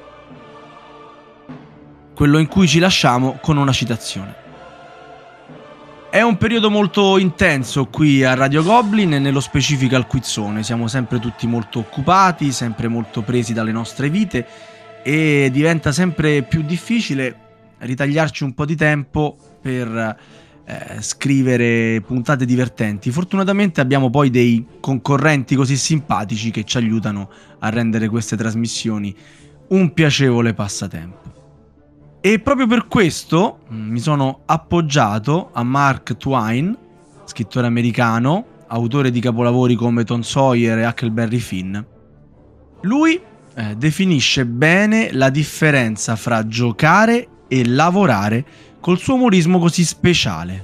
Quello in cui ci lasciamo con una citazione. È un periodo molto intenso qui a Radio Goblin e nello specifico al Quizzone. Siamo sempre tutti molto occupati, sempre molto presi dalle nostre vite e diventa sempre più difficile ritagliarci un po' di tempo per eh, scrivere puntate divertenti. Fortunatamente abbiamo poi dei concorrenti così simpatici che ci aiutano a rendere queste trasmissioni un piacevole passatempo. E proprio per questo mh, mi sono appoggiato a Mark Twain, scrittore americano, autore di capolavori come Tom Sawyer e Huckleberry Finn. Lui eh, definisce bene la differenza fra giocare e lavorare col suo umorismo così speciale.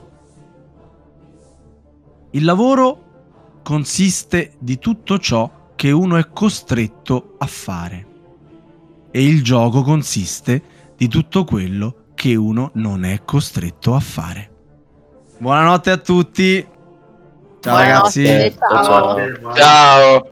Il lavoro consiste di tutto ciò che uno è costretto a fare e il gioco consiste di tutto quello che uno non è costretto a fare. Buonanotte a tutti. Ciao Buonanotte, ragazzi. ciao. Ciao. Eh, guarda. Ciao.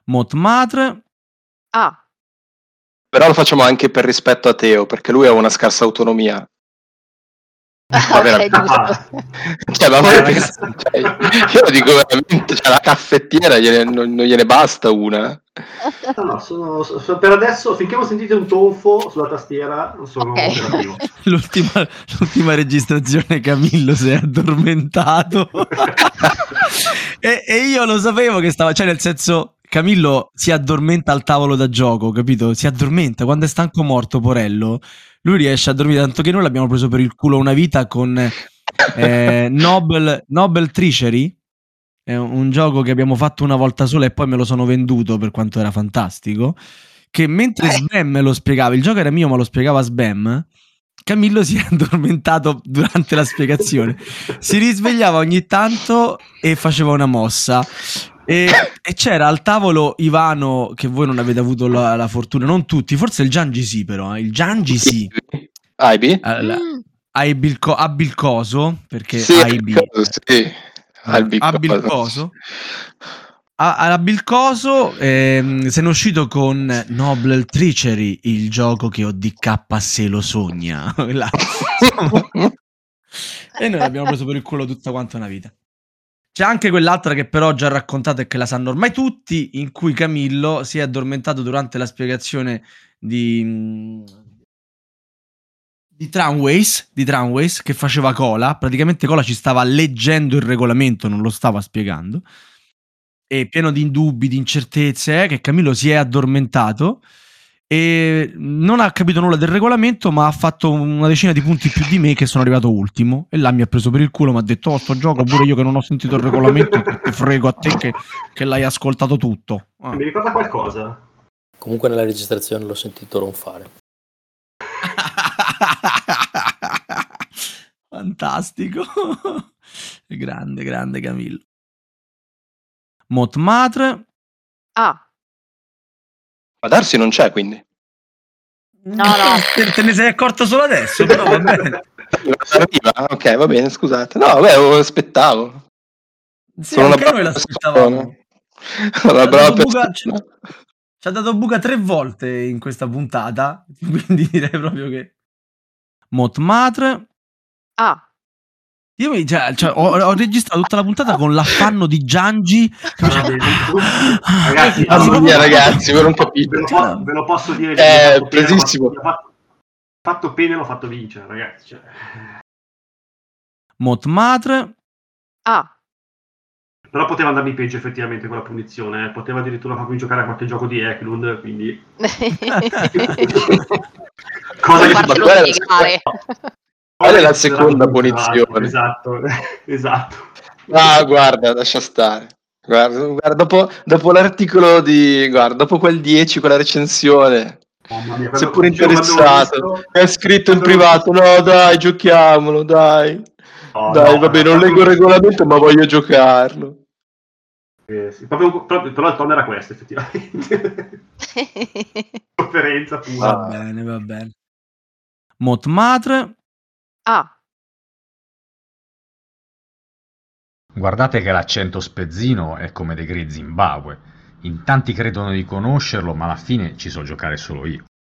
Motmatre. A. Però lo facciamo anche per rispetto a Teo, perché lui ha una scarsa autonomia. Ma Ok, veramente. giusto. Cioè, ma voi pensate- cioè, io lo dico veramente, cioè, la caffettiera gliene- non, non gliene basta una. No, no, sono, so- per adesso, finché non sentite un tonfo sulla tastiera, sono Ok. operativo. L'ultima, l'ultima registrazione Camillo si è addormentato. e, e io lo sapevo che stava, cioè nel senso Camillo si addormenta al tavolo da gioco, capito? Si addormenta quando è stanco morto, porello. Lui riesce a dormire, tanto che noi l'abbiamo preso per il culo una vita con eh, Nobel, Nobel Trichery. È un, un gioco che abbiamo fatto una volta sola e poi me lo sono venduto per quanto era fantastico. Che mentre Sbam me lo spiegava, il gioco era mio ma lo spiegava Sbam, Camillo si è addormentato durante la spiegazione. Si risvegliava ogni tanto e faceva una mossa. E, e c'era al tavolo Ivano, che voi non avete avuto la, la fortuna, non tutti, forse il Giangi sì, però eh, il Giangi sì. Aibi? Allora, Mm. Aibilco- Abilcoso, perché Sì, Aibi sì. Albi Abilcoso. A- a Abilcoso ehm, se ne è uscito con Nobel Trichery, il gioco che O D K se lo sogna. La- e noi l'abbiamo preso per il culo tutta quanta una vita. C'è anche quell'altra che però ho già raccontato e che la sanno ormai tutti, in cui Camillo si è addormentato durante la spiegazione di di Tramways, di Tramways che faceva Cola. Praticamente Cola ci stava leggendo il regolamento, non lo stava spiegando. E pieno di indubbi, di incertezze, eh, che Camillo si è addormentato e non ha capito nulla del regolamento, ma ha fatto una decina di punti più di me, che sono arrivato ultimo, e là mi ha preso per il culo, mi ha detto: oh, sto gioco pure io che non ho sentito il regolamento, che ti frego a te che, che l'hai ascoltato tutto. Ah. Mi ricorda qualcosa? Comunque nella registrazione l'ho sentito ronfare. Fantastico. Grande, grande Camillo. Motmatre. A. Ma Darsi non c'è, quindi. No, no. Te, te ne sei accorto solo adesso, però va bene. Arriva? Ok, va bene, scusate. No, vabbè, lo aspettavo. Sì, Sono anche una noi brava l'aspettavamo. persona. Una Ci ha brava dato buca- persona. Ci ha dato buca tre volte in questa puntata, quindi direi proprio che Motmatre. A. Io mi, cioè, cioè, ho, ho registrato tutta la puntata con l'affanno di Giangi che Vabbè, faceva... ragazzi, Ah, Mamma sì, mia, proprio- ragazzi, voi non Ve capite. lo, po- ve lo posso dire, Eh, mi ha fatto pena, presissimo. mi ha fatto, fatto pena e l'ho fatto vincere, ragazzi. Cioè. Motmatre. A. Però poteva andarmi peggio effettivamente con la punizione, eh. Poteva addirittura farmi giocare a qualche gioco di Eklund, quindi... Cosa Non che farsi ma quella è la spiegare. Qual è la cosa che seconda consideravo punizione? Esatto, esatto. Ah, guarda, lascia stare. Guarda, guarda, dopo, dopo l'articolo di... Guarda, dopo quel dieci, quella recensione... Mamma mia, quando, Seppur dicevo, quando l'ho interessato, visto- mi ha scritto in quando l'ho privato: no dai, giochiamolo, dai. No, Dai, no, vabbè, no, non no, leggo il no. regolamento, ma voglio giocarlo. Eh, sì, proprio, proprio- però il tono era questo, effettivamente. Conferenza pura. Va bene, va bene. Motmatre. A. Guardate che l'accento spezzino è come dei Great Zimbabwe. In tanti credono di conoscerlo, ma alla fine ci so giocare solo io.